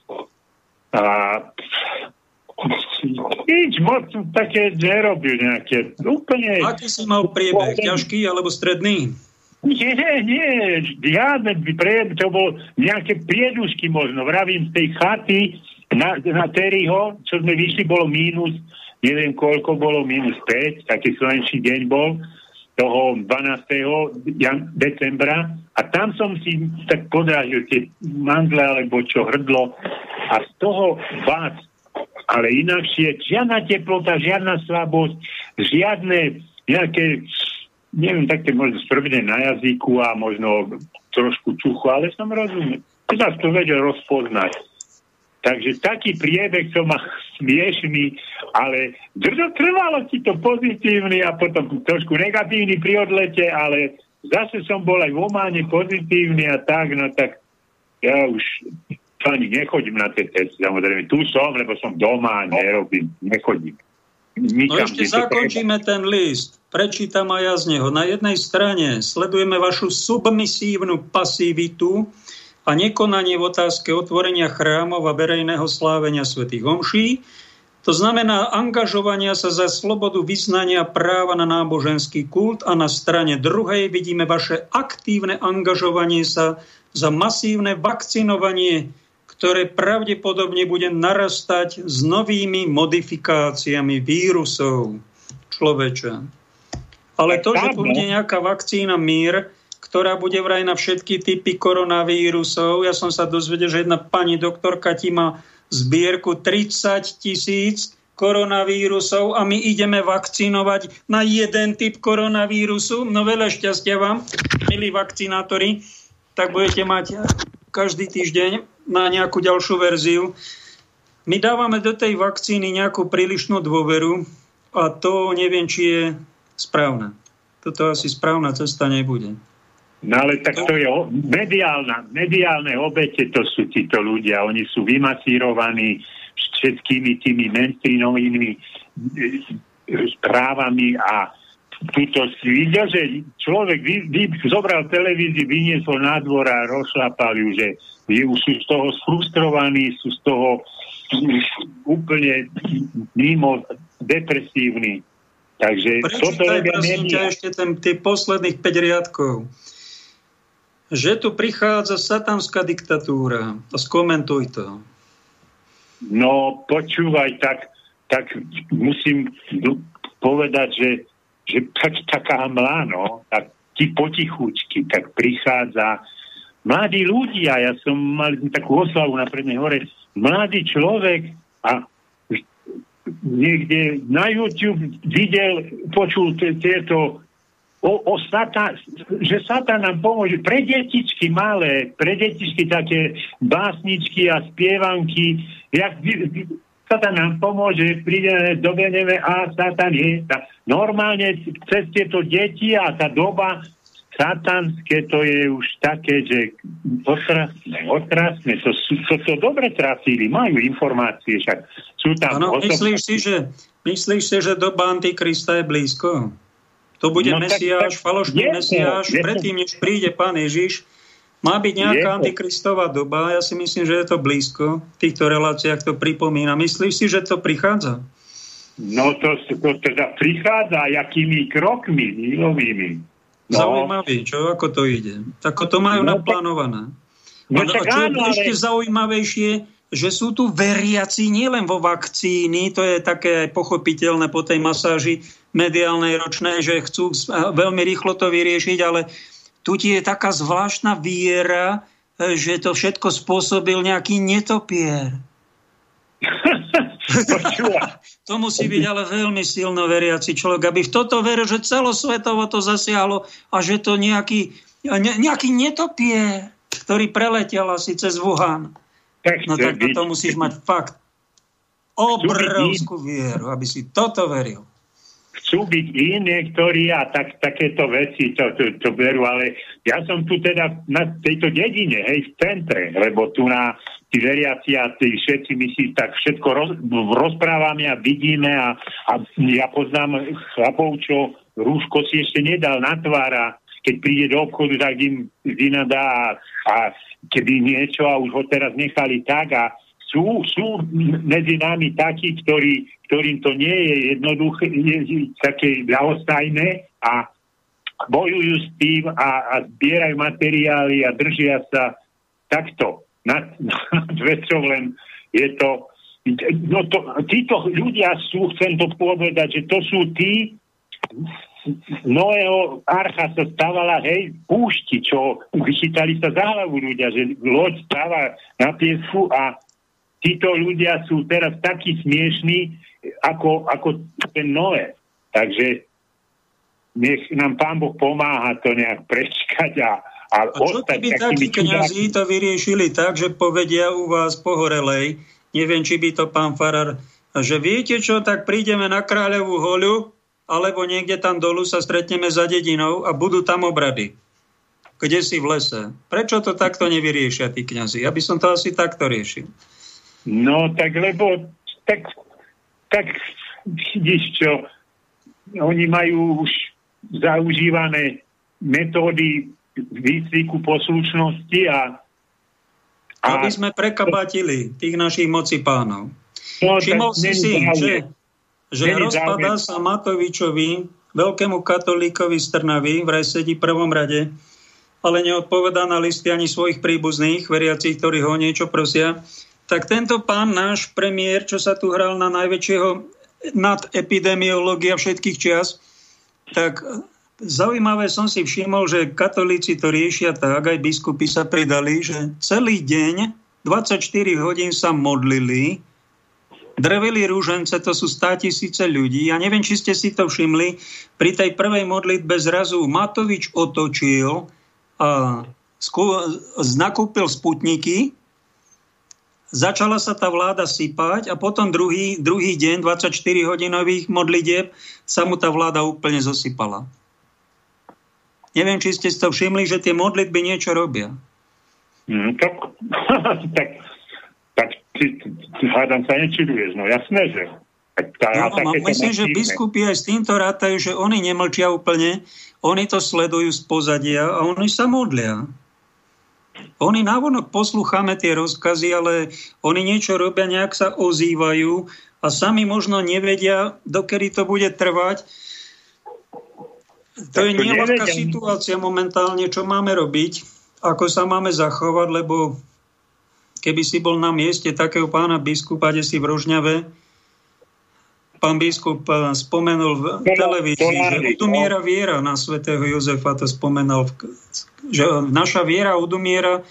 nič moc také nerobil nejaké. Úplne. Aký si mal priebeh? Ťažký alebo stredný? Nie, žiadne priebeh, to bol nejaké priedušky možno. Vravím, z tej chaty na Terryho, čo sme vyšli, bolo mínus, neviem koľko bolo, minus 5, taký slnečný deň bol, toho 12. decembra a tam som si tak podrážil tie mandle alebo čo hrdlo a z toho vás, ale inakšie, žiadna teplota, žiadna slabosť, žiadne nejaké, neviem, také možno sprvne na jazyku a možno trošku čuchu, ale som rozumel, teda to vedel rozpoznať. Takže taký priebeh som mal smiešný, ale trvalo si to pozitívny a potom trošku negatívny pri odlete, ale zase som bol aj v Ománe pozitívny a tak, no tak ja už ani nechodím na tie testy, samozrejme. Tu som, lebo som doma a nerobím, nechodím. No ešte zakončíme ten list. Prečítam aj ja z neho. Na jednej strane sledujeme vašu submisívnu pasivitu a nekonanie v otázke otvorenia chrámov a verejného slávenia svätých omší. To znamená angažovania sa za slobodu vyznania práva na náboženský kult a na strane druhej vidíme vaše aktívne angažovanie sa za masívne vakcinovanie, ktoré pravdepodobne bude narastať s novými modifikáciami vírusov človeča. Ale to, že bude nejaká vakcína mír, ktorá bude vraj na všetky typy koronavírusov. Ja som sa dozvedel, že jedna pani doktorka ti má zbierku 30 000 koronavírusov a my ideme vakcinovať na jeden typ koronavírusu. No veľa šťastia vám, milí vakcinátori. Tak budete mať každý týždeň na nejakú ďalšiu verziu. My dávame do tej vakcíny nejakú prílišnú dôveru a to neviem, či je správne. Toto asi správna cesta nebude. No ale tak to je mediálne obete, to sú títo ľudia. Oni sú vymasírovaní všetkými tými mainstreamovými správami a tuto si videl, že človek zobral televíziu, vyniesol na dvor a rozšlapal ju, že už sú z toho sfrustrovaní, sú z toho úplne mimo depresívni. Takže toto robia médiá. Ešte tie posledných 5 riadkov. Že tu prichádza satanská diktatúra. A skomentuj to. No, počúvaj, tak musím povedať, že taká mlá, no, tak ti potichučky, tak prichádza mladí ľudia, ja som mal takú oslavu na Prednej hore, mladý človek a niekde na YouTube počul tieto že Satan nám pomôže. Pre detičky malé, pre detičky také básničky a spievanky, jak Satan nám pomôže, prídeme, dobeneme a Satan je. Normálne cez tieto deti a tá doba satanské, to je už také, že otrasné. To dobre trafili, majú informácie, však sú tam... Ano, myslíš si, že doba Antikrista je blízko? To bude Mesiáš, falošný Mesiáš, predtým, než príde Pán Ježiš. Má byť nejaká antikristová doba. Ja si myslím, že je to blízko. V týchto reláciách to pripomína. Myslíš si, že to prichádza? No to teda prichádza, jakými krokmi milovými. No. Zaujímavé, čo? Ako to ide? Ako to majú naplánované. A čo je ešte zaujímavejšie, že sú tu veriaci nielen vo vakcíny, to je také pochopiteľné po tej masáži mediálnej ročnej, že chcú veľmi rýchlo to vyriešiť, ale tu je taká zvláštna viera, že to všetko spôsobil nejaký netopier. To musí byť ale veľmi silno veriaci človek, aby v toto veril, že celosvetovo to zasiahlo a že to nejaký netopier, ktorý preletel asi cez Wuhan. No tak to musíš mať fakt obrovskú vieru, aby si toto veril. Chcú byť niektorí a takéto veci to berú, ale ja som tu teda na tejto dedine, v centre, lebo tu na tí veriaci a tí všetci my si tak všetko rozprávame a vidíme a ja poznám chlapov, čo rúško si ešte nedal na tvár a keď príde do obchodu, tak im dá a keby niečo a už ho teraz nechali tak a sú medzi nami takí, ktorým to nie je jednoduché, také ľahostajné a bojujú s tým a zbierajú materiály a držia sa takto nad vecou, len je to... No títo ľudia chcem to povedať, že to sú tí, Noého archa sa stávala, púšti, čo vychytali sa za hlavu ľudia, že loď stáva na piesku a títo ľudia sú teraz takí smiešní, ako ten Noé. Takže nech nám Pán Boh pomáha to nejak prečkať a čo keby takí kňazi to vyriešili tak, že povedia u vás po Horelej, neviem, či by to pán farár, že viete čo, tak prídeme na Kráľovú hoľu, alebo niekde tam dolu sa stretneme za dedinou a budú tam obrady. Kde si v lese. Prečo to takto nevyriešia tí kňazi? Ja by som to asi takto riešil. No, tak lebo tak vidíš čo, oni majú už zaužívané metódy výcviku poslušnosti a aby sme prekabatili tých našich moci pánov. No, všimol si, že rozpadá sa Matovičovi, veľkému katolíkovi z Trnavy, vraj sedí v prvom rade, ale neodpovedá na listy ani svojich príbuzných, veriacich, ktorí ho niečo prosia. Tak tento pán, náš premiér, čo sa tu hral na najväčšieho nad epidemiológia všetkých čias, tak zaujímavé som si všimol, že katolíci to riešia tak, aj biskupy sa pridali, že celý deň, 24 hodín sa modlili, drvili rúžence, to sú 100 000 ľudí. Ja neviem, či ste si to všimli, pri tej prvej modlitbe zrazu Matovič otočil a nakúpil sputniky, začala sa tá vláda sypať a potom druhý deň 24-hodinových modlitieb sa mu tá vláda úplne zosypala. Neviem, či ste si to všimli, že tie modlitby niečo robia. Tak hádam sa nečuduješ, no jasné, že... Myslím, že biskupy aj s týmto rátajú, že oni nemlčia úplne, oni to sledujú z pozadia a oni sa modlia. Oni návonok poslúchame tie rozkazy, ale oni niečo robia, nejak sa ozývajú a sami možno nevedia, dokedy to bude trvať. To je neľahká situácia momentálne, čo máme robiť, ako sa máme zachovať, lebo keby si bol na mieste takého pána biskupa, kde si v Rožňave, pán biskup spomenul v televízii, že odumiera viera na svätého Jozefa, to spomenul, že naša viera odumiera.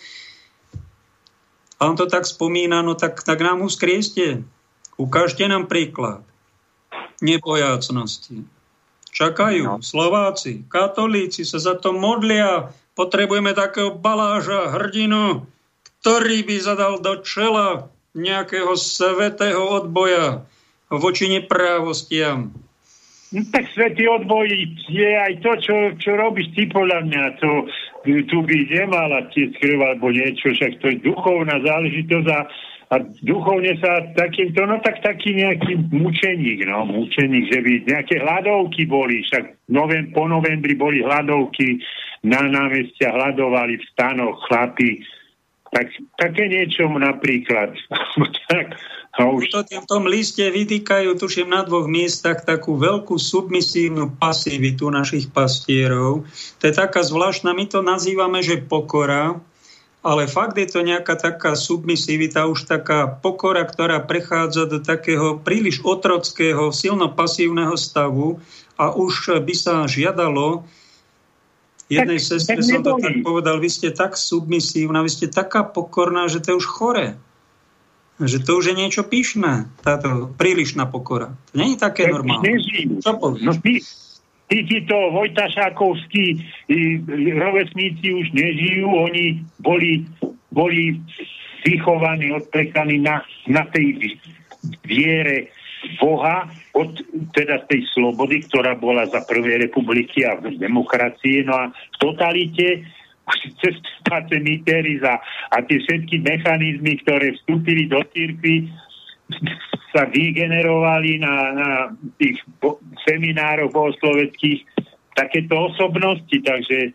A on to tak spomína, no tak nám uskrieste. Ukážte nám príklad nebojácnosti. Čakajú Slováci, katolíci sa za to modlia. Potrebujeme takého Baláža, hrdinu, ktorý by zadal do čela nejakého svätého odboja voči neprávostiam. No, tak svätý odboj je aj to, čo robíš ty podľa mňa. Tu by nemala tiec krv alebo niečo, však to je duchovná záležitosť a duchovne sa takýmto, no tak taký nejaký mučeník, že by nejaké hladovky boli, však po novembri boli hladovky, na námestia hladovali v stanoch chlapi, tak také niečo napríklad. V tom liste vytýkajú, tuším, na 2 miestach takú veľkú submisívnu pasivitu našich pastierov. To je taká zvláštna, my to nazývame, že pokora, ale fakt je to nejaká taká submisivita, už taká pokora, ktorá prechádza do takého príliš otrockého, silno pasívneho stavu a už by sa žiadalo jednej sestre, som to tak povedal, vy ste tak submisívna, vy ste taká pokorná, že to je už chore. Že to už je niečo pyšné, táto prílišná pokora. To nie je také normálne. Čo povieš? No, títo vojtašákovskí rovesníci už nežijú, oni boli vychovaní, odplekaní na tej viere Boha, teda z tej slobody, ktorá bola za prvej republiky a v demokracie, no a v totalite cez paceniteris a tie všetky mechanizmy, ktoré vstúpili do cirkvi, sa vygenerovali na tých seminároch bohosloveckých takéto osobnosti, takže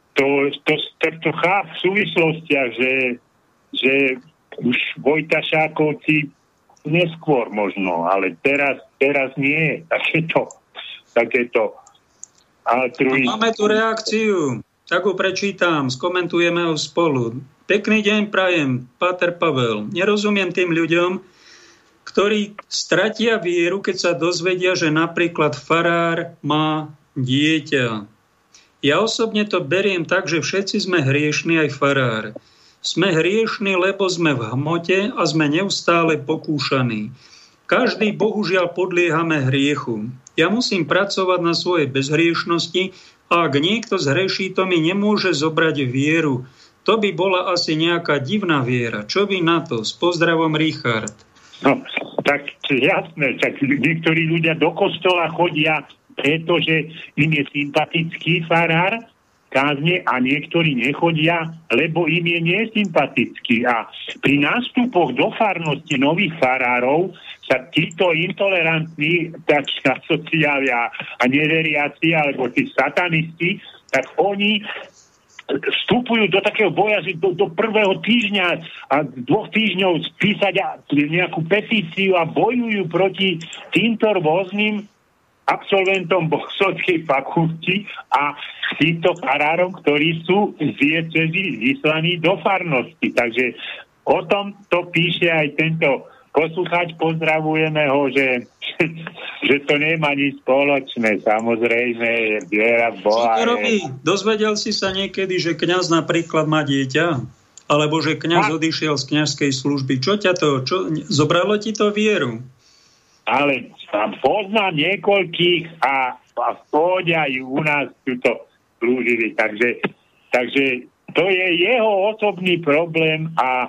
to cháp v súvislostiach, že už Vojtašákovci neskôr možno, ale teraz nie takéto altruizmus. Máme tu reakciu. Tak ho prečítam, skomentujeme ho spolu. Pekný deň prajem, Páter Pavel. Nerozumiem tým ľuďom, ktorí stratia vieru, keď sa dozvedia, že napríklad farár má dieťa. Ja osobne to beriem tak, že všetci sme hriešni, aj farár. Sme hriešni, lebo sme v hmote a sme neustále pokúšaní. Každý bohužiaľ podliehame hriechu. Ja musím pracovať na svojej bezhriešnosti a ak niekto zhreší, to mi nemôže zobrať vieru. To by bola asi nejaká divná viera. Čo by na to? S pozdravom, Richard. No, tak jasné. Tak niektorí ľudia do kostola chodia, pretože im je sympatický farár kázne a niektorí nechodia, lebo im je nesympatický. A pri nástupoch do farnosti nových farárov sa títo intolerantní takí asociália a neveriaci, alebo tí satanisti, tak oni vstupujú do takého boja, že do prvého týždňa a 2 týždňov spísať nejakú petíciu a bojujú proti týmto rôznym absolventom bohoslovskej fakulty a týmto farárom, ktorí sú z diecézy vyslaní do farnosti. Takže o tom to píše aj tento poslucháč, pozdravujeme ho, že to nemá nič spoločné. Samozrejme, je viera v Boha. Čo to robí? Dozvedel si sa niekedy, že kňaz napríklad má dieťa? Alebo že kňaz odišiel z kňazskej služby? Zobralo ti to vieru? Ale poznám niekoľkých a v pohode aj u nás túto slúžili. Takže to je jeho osobný problém a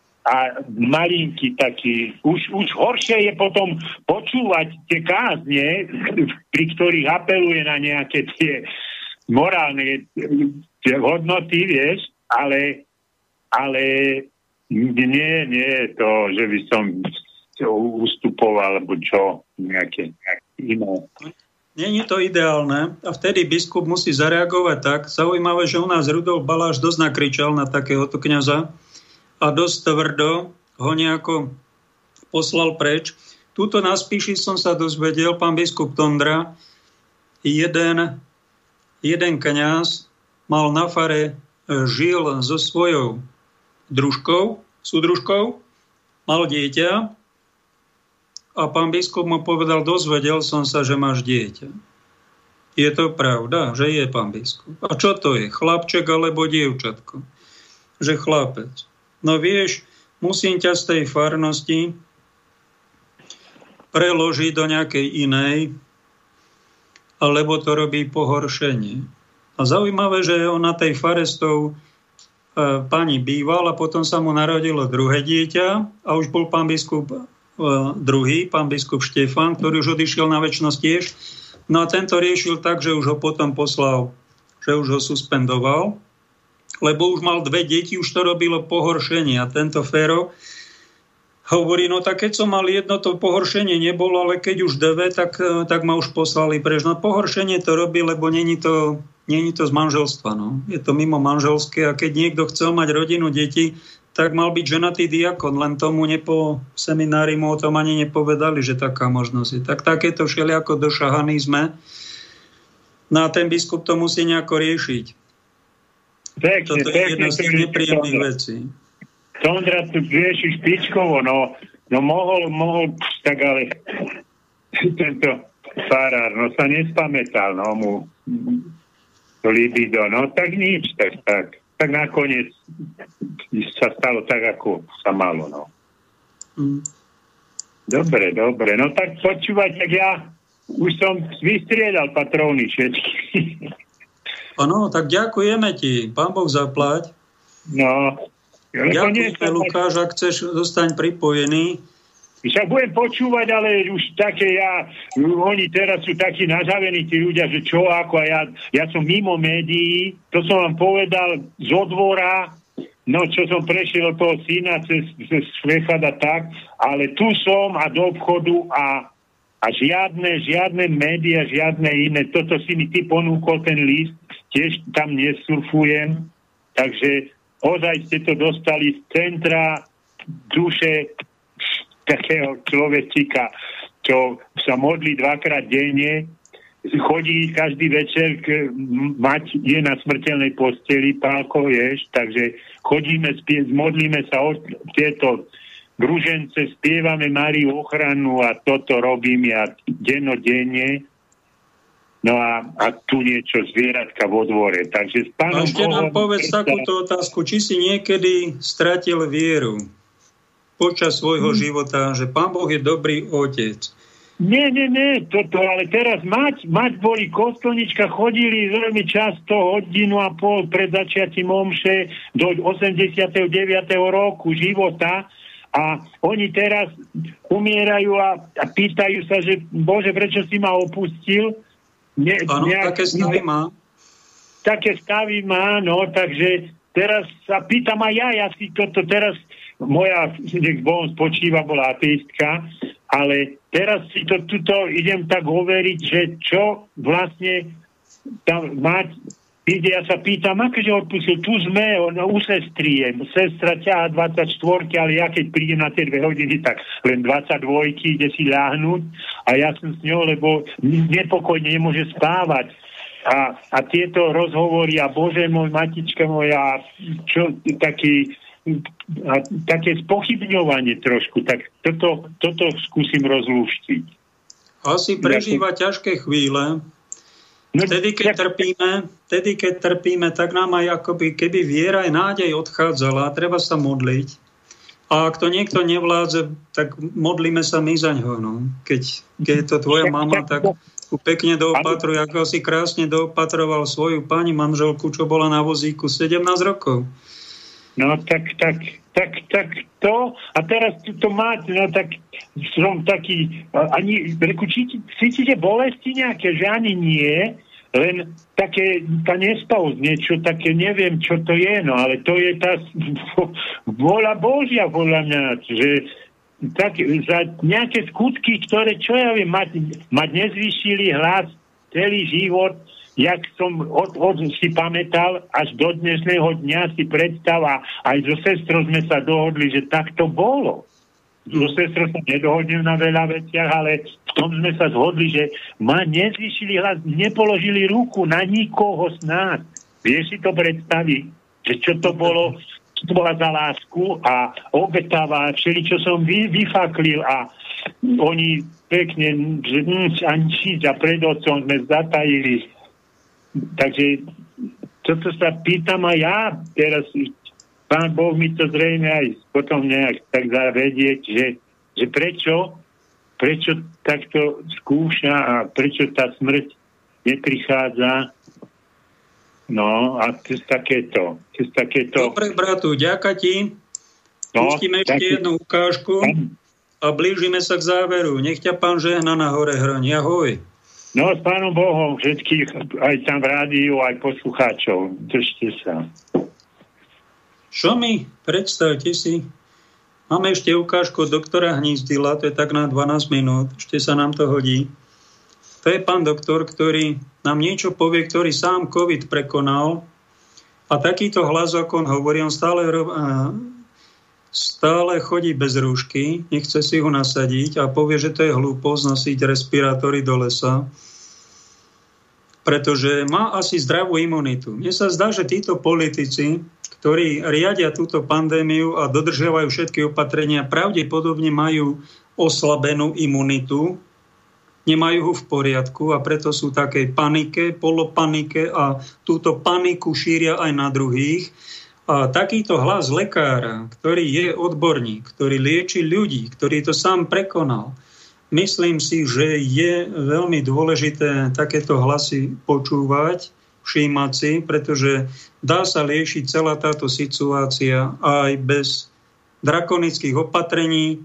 malinký taký. Už horšie je potom počúvať tie kázne, pri ktorých apeluje na nejaké tie morálne tie hodnoty, vieš, ale nie to, že by som ustupoval, alebo čo, nejaké iné. Nie je to ideálne a vtedy biskup musí zareagovať tak. Zaujímavé, že u nás Rudolf Baláš dosť nakričal na takéhoto kňaza a dosť tvrdo ho nejako poslal preč. Tuto na Spíši som sa dozvedel, pán biskup Tondra, jeden kňaz mal na fare, žil so svojou súdružkou, mal dieťa a pán biskup mu povedal, dozvedel som sa, že máš dieťa. Je to pravda, že je pán biskup? A čo to je? Chlapček alebo dievčatko? Že chlapec. No vieš, musím ťa z tej farnosti preložiť do nejakej inej, alebo to robí pohoršenie. A zaujímavé, že on na tej fare s tou pani býval a potom sa mu narodilo druhé dieťa a už bol pán biskup druhý, pán biskup Štefan, ktorý už odišiel na večnosť tiež. No a tento riešil tak, že už ho potom poslal, že už ho suspendoval, lebo už mal 2 deti, už to robilo pohoršenie. A tento Fero hovorí, no tak keď som mal jedno, to pohoršenie nebolo, ale keď už 2, tak ma už poslali preč. No pohoršenie to robí, lebo není to z manželstva. No. Je to mimo manželské a keď niekto chcel mať rodinu, deti, tak mal byť ženatý diakon, len tomu v seminári mu o tom ani nepovedali, že taká možnosť je. Tak takéto všelijako došahaní sme. No a ten biskup to musí nejako riešiť. Toto je jedna z tých nepríjemných vecí. Tondra, tu rieši špičkovo, no mohol, tak ale tento farár, no sa nespamätal, no mu to libido, no tak nič, tak nakoniec sa stalo tak, ako sa malo, no. Dobre, no tak počúvať, tak ja už som vystriedal patróny všetky. Áno, tak ďakujeme ti, pán Boh zaplať. No, ďakujeme, Lukáš, ak chceš, zostaň pripojený. Však budem počúvať, ale už také oni teraz sú takí nažavení tí ľudia, že čo, ako ja som mimo médií, to som vám povedal zo dvora, no čo som prešiel od toho syna cez Švechada tak, ale tu som a do obchodu a žiadne médiá, žiadne iné, toto si mi ty ponúkol ten list, tiež tam nesurfujem, takže ozaj ste to dostali z centra duše takého človečika, čo sa modlí 2-krát denne, chodí každý večer, mať je na smrteľnej posteli, Pálko, vieš, takže chodíme, modlíme sa o tieto družence, spievame Máriu ochranu a toto robím ja dennodenne. No a tu niečo zvieratka vo dvore. Takže s pánom ešte nám povedz takúto otázku, či si niekedy stratil vieru počas svojho života, že Pán Boh je dobrý otec. Nie, toto, ale teraz mať boli kostolnička, chodili veľmi často 1,5 hodiny pred začiatím omše do 89. roku života a oni teraz umierajú a pýtajú sa, že Bože, prečo si ma opustil? Áno, také stavy má. Také stavy má, no, takže teraz sa pýtam aj ja si toto teraz moja, nech Bohom spočíva, bola ateistka, ale teraz si to tuto idem tak overiť, že čo vlastne tam mať, ja sa pýtam, akože odpustil, tu sme u sestry, sestra ťaha 24, ale ja keď prídem na tie 2 hodiny, tak len 22 ide si ľahnúť a ja som s ňou, lebo nepokojne nemôže spávať. A tieto rozhovory a Bože môj, matička moja, čo také spochybňovanie trošku, tak toto skúsim rozlúštiť. Asi prežíva ťažké chvíle. Vtedy, keď trpíme, tak nám aj akoby, keby viera aj nádej odchádzala, treba sa modliť. A ak to niekto nevládze, tak modlíme sa my za ňo. No. Keď je to tvoja mama, tak pekne doopatruj, ako si krásne doopatroval svoju pani manželku, čo bola na vozíku 17 rokov. No tak to, a teraz to máte, no tak som taký, ani, cítite bolesti nejaké, že ani nie, len také, tá nespavosť, niečo také, neviem, čo to je, no, ale to je tá vôľa Božia, podľa mňa, že tak, za nejaké skutky, ktoré, čo ja viem, mať nezvýšili hlas celý život, jak som si pamätal, až do dnešného dňa si predstav a aj so sestrou sme sa dohodli, že tak to bolo. So sestrou sa nedohodnem na veľa veciach, ale v tom sme sa zhodli, že ma nezvýšili hlas, nepoložili ruku na nikoho z nás. Vieš si to predstaviť? Že čo to bolo, to bola za lásku a obetáva všeli, čo som vyfaklil a oni pekne ani nič a pred otcom sme zatajili. Takže toto sa pýtam aj ja teraz. Pán Boh mi to zrejme aj potom nejak tak dá vedieť, že prečo takto skúša a prečo tá smrť neprichádza. No a cez takéto. Dobre, bratu, ďakujem ti. Pustíme ešte jednu ukážku a blížime sa k záveru. Nech ťa Pán žehna na hore hroni. Ahoj. No, s Pánom Bohom všetkých, aj tam v rádiu, aj poslucháčov. Držte sa. Čo mi? Predstavte si. Máme ešte ukážku doktora Hnízdila, to je tak na 12 minút. Ešte sa nám to hodí. To je pán doktor, ktorý nám niečo povie, ktorý sám COVID prekonal. A takýto hlas, ako on hovorí, on stále chodí bez rúšky, nechce si ho nasadiť a povie, že to je hlúposť nosiť respirátory do lesa, pretože má asi zdravú imunitu. Mne sa zdá, že títo politici, ktorí riadia túto pandémiu a dodržiavajú všetky opatrenia, pravdepodobne majú oslabenú imunitu, nemajú ho v poriadku a preto sú takej panike, polopanike a túto paniku šíria aj na druhých. A takýto hlas lekára, ktorý je odborník, ktorý lieči ľudí, ktorý to sám prekonal, myslím si, že je veľmi dôležité takéto hlasy počúvať, všímať si, pretože dá sa liešiť celá táto situácia aj bez drakonických opatrení,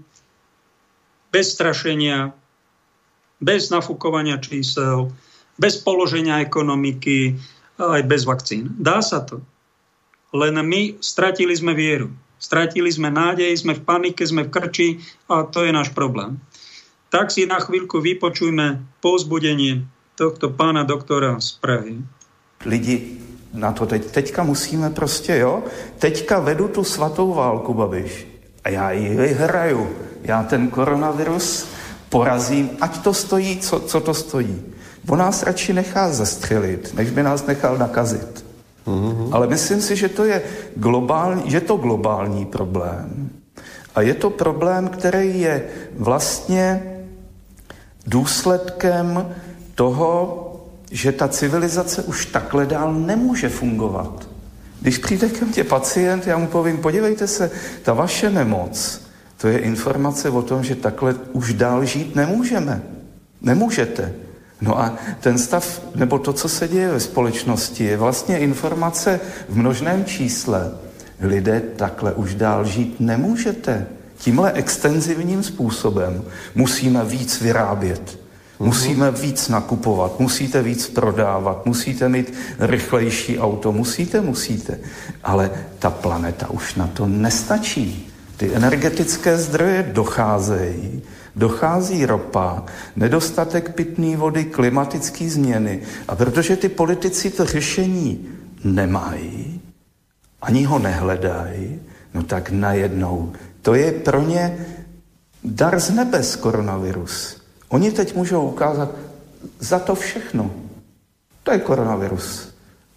bez strašenia, bez nafúkovania čísel, bez položenia ekonomiky, aj bez vakcín. Dá sa to. Len my stratili sme vieru. Stratili sme nádej, sme v panike, sme v krči a to je náš problém. Tak si na chvíľku vypočujme povzbudenie tohto pána doktora z Prahy. Lidi na to teďka musíme prostě, jo? Teďka vedu tu svatou válku, Babiš. A já ji vyhraju. Já ten koronavirus porazím, ať to stojí, co to stojí. On nás radši nechá zastřelit, než by nás nechal nakazit. Mm-hmm. Ale myslím si, že to je globální problém. A je to problém, který je vlastně důsledkem toho, že ta civilizace už takhle dál nemůže fungovat. Když přijde ke mně pacient, já mu povím, podívejte se, ta vaše nemoc, to je informace o tom, že takhle už dál žít nemůžeme. Nemůžete. No a ten stav, nebo to, co se děje ve společnosti, je vlastně informace v množném čísle. Lidé, takhle už dál žít nemůžete. Tímhle extenzivním způsobem musíme víc vyrábět. Musíme víc nakupovat, musíte víc prodávat, musíte mít rychlejší auto, musíte. Ale ta planeta už na to nestačí. Ty energetické zdroje dochází ropa, nedostatek pitné vody, klimatické změny. A protože ty politici to řešení nemají, ani ho nehledají, no tak najednou. To je pro ně dar z nebes, koronavirus. Oni teď můžou ukázat za to všechno. To je koronavirus.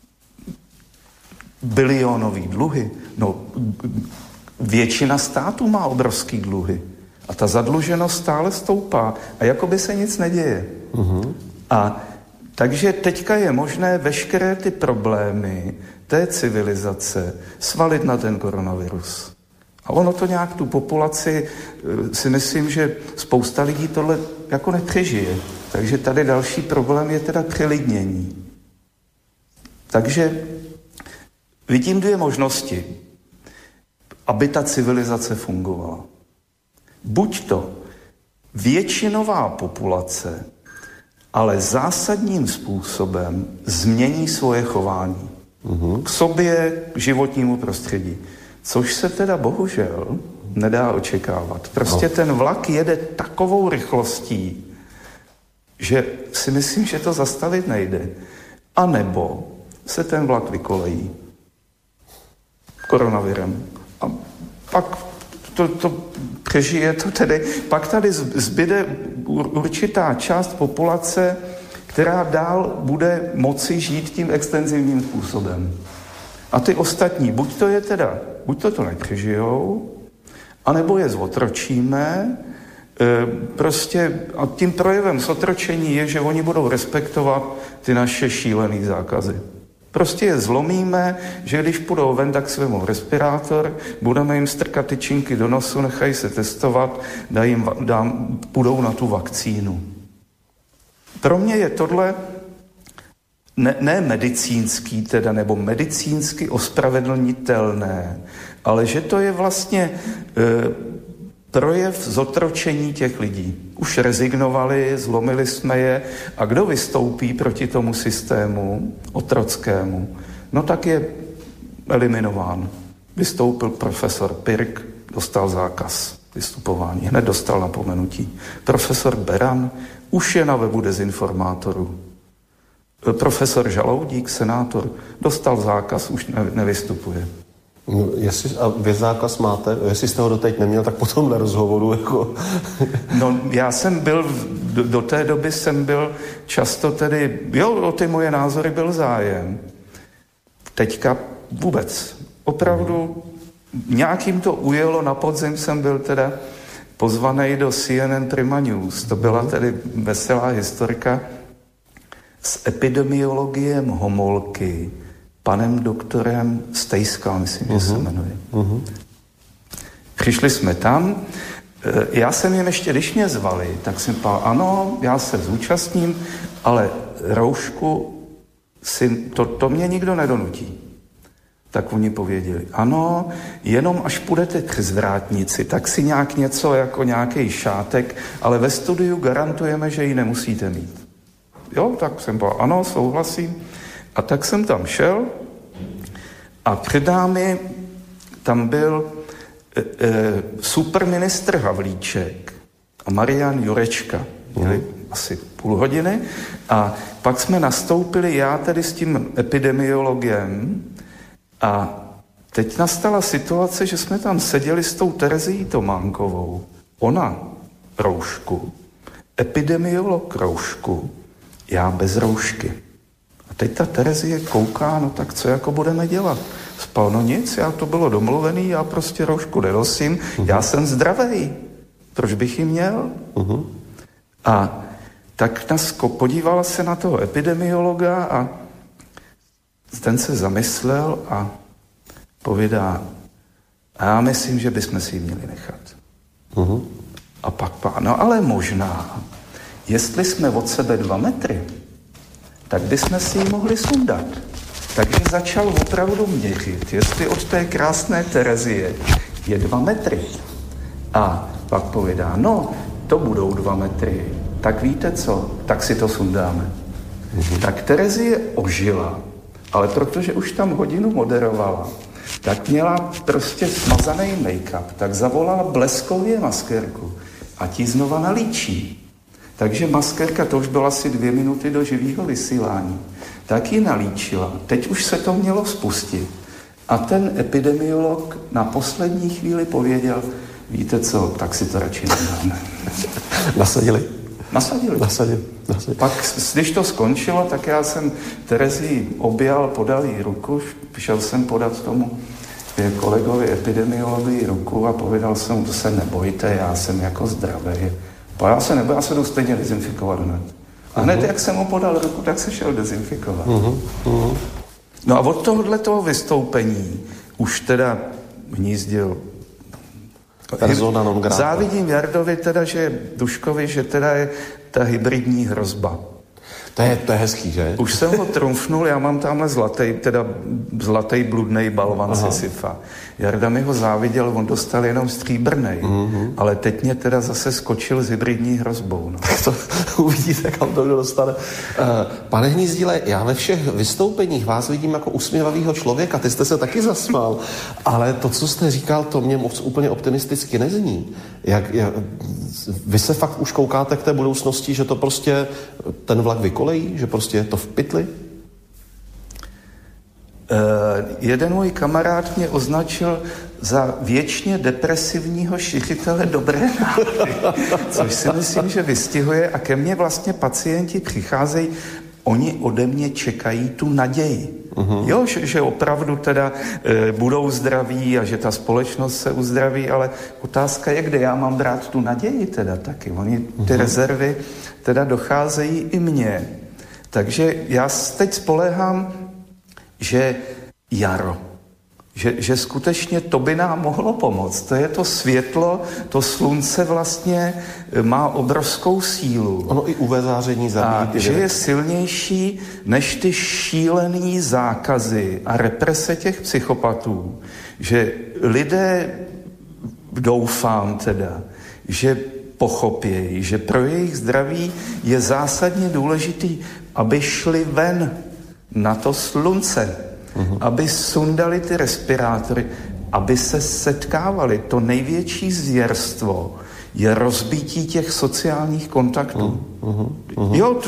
Bilionový dluhy. No, většina států má obrovský dluhy. A ta zadluženost stále stoupá. A jakoby se nic neděje. Uh-huh. A takže teďka je možné veškeré ty problémy té civilizace svalit na ten koronavirus. A ono to nějak tu populaci, si myslím, že spousta lidí tohle jako nepřežije. Takže tady další problém je teda přelidnění. Takže vidím dvě možnosti, aby ta civilizace fungovala. Buď to většinová populace, ale zásadním způsobem změní svoje chování k sobě, k životnímu prostředí. Což se teda bohužel nedá očekávat. Prostě ten vlak jede takovou rychlostí, že si myslím, že to zastavit nejde. A nebo se ten vlak vykolejí koronavirem. A pak to přežije to tedy. Pak tady zbyde určitá část populace, která dál bude moci žít tím extenzivním způsobem. A ty ostatní, buď to je teda buď to nepřežijou, anebo je zotročíme. Prostě a tím projevem zotročení je, že oni budou respektovat ty naše šílený zákazy. Prostě je zlomíme, že když půjdou ven, tak si vemou respirátor, budeme jim strkat tyčinky do nosu, nechají se testovat, půjdou na tu vakcínu. Pro mě je tohle ne medicínský teda, nebo medicínsky ospravedlnitelné, ale že to je vlastně projev zotročení těch lidí. Už rezignovali, zlomili jsme je a kdo vystoupí proti tomu systému otrockému, no tak je eliminován. Vystoupil profesor Pirk, dostal zákaz vystupování, hned dostal napomenutí. Profesor Beran už je na webu dezinformátorů. Profesor Žaloudík, senátor, dostal zákaz, už nevystupuje. No, a vy zákaz máte? Jestli jste ho doteď neměl, tak potom na rozhovoru jako... No, já jsem byl, do té doby jsem byl často tedy, o ty moje názory byl zájem. Teďka vůbec. Opravdu nějakým to ujelo, na podzim jsem byl teda pozvaný do CNN Prima News. To byla tedy veselá historka s epidemiologiem Homolky, panem doktorem Stejskal, myslím, že se jmenuje. Přišli jsme tam, já jsem jim ještě, když mě zvali, tak jsem pál, ano, já se zúčastním, ale roušku to mě nikdo nedonutí. Tak oni pověděli, ano, jenom až půjdete k zvrátnici, tak si nějak něco jako nějaký šátek, ale ve studiu garantujeme, že ji nemusíte mít. Jo, tak jsem pál, ano, souhlasím. A tak jsem tam šel a před námi tam byl superministr Havlíček a Marian Jurečka. Měli asi půl hodiny a pak jsme nastoupili, já tedy s tím epidemiologem a teď nastala situace, že jsme tam seděli s tou Terezií Tománkovou. Ona roušku, epidemiolog roušku, já bez roušky. A teď ta Terezie kouká, no tak co jako budeme dělat? Spal, no nic, to bylo domluvený, já prostě roušku nenosím, já jsem zdravej. Proč bych ji měl? A tak podívala se na toho epidemiologa a ten se zamyslel a povídá, a já myslím, že bychom si ji měli nechat. A pak no ale možná, jestli jsme od sebe 2 metry, tak bychom si ji mohli sundat. Takže začal opravdu měřit, jestli od té krásné Terezie je 2 metry. A pak povídá, no, to budou 2 metry. Tak víte co, tak si to sundáme. Tak Terezie ožila, ale protože už tam hodinu moderovala, tak měla prostě smazaný make-up, tak zavolala bleskově maskérku a ti znova nalíčí. Takže maskérka, to už bylo asi 2 minuty do živého vysílání, tak ji nalíčila. Teď už se to mělo spustit. A ten epidemiolog na poslední chvíli pověděl, víte co, tak si to radši nedáme. Nasadili. Pak, když to skončilo, tak já jsem Terezii objal, podal jí ruku, šel jsem podat tomu kolegovi epidemiologi ruku a pověděl jsem mu, to se nebojte, já jsem jako zdravý. Já se nebojím, já se jdu stejně dezinfikovat hned. A hned, jak jsem mu podal ruku, tak se šel dezinfikovat. No a od tohoto vystoupení už teda hnízdil persona non grata. Závidím Jardovi teda, že Duškovi, že teda je ta hybridní hrozba. To je hezký, že? Už jsem ho trumfnul, já mám tamhle zlatý bludnej balvan Sisyfa. Jarda mi ho záviděl, on dostal jenom stříbrnej, ale teď mě teda zase skočil s hybridní hrozbou. No. Tak to uvidíte, kam to dostane. Pane Hnízdile, já ve všech vystoupeních vás vidím jako usměvavýho člověka, ty jste se taky zasmál, ale to, co jste říkal, to mě moc úplně optimisticky nezní. Vy se fakt už koukáte k té budoucnosti, že to prostě ten vlak vykolejí, že prostě je to v pytli? Jeden můj kamarád mě označil za věčně depresivního šiřitele dobré nálady, což si myslím, že vystihuje a ke mně vlastně pacienti přicházejí, oni ode mě čekají tu naději. Jo, že opravdu teda budou zdraví a že ta společnost se uzdraví, ale otázka je, kde já mám brát tu naději teda taky. Oni ty rezervy teda docházejí i mně. Takže já teď spoléhám, že jaro, že skutečně to by nám mohlo pomoct. To je to světlo, to slunce vlastně má obrovskou sílu. Ono i UV záření zabíjí. A že je silnější než ty šílený zákazy a represe těch psychopatů. Že lidé, doufám teda, že pochopějí, že pro jejich zdraví je zásadně důležitý, aby šli ven na to slunce, aby sundali ty respirátory, aby se setkávali. To největší zvěrstvo je rozbití těch sociálních kontaktů. Jo,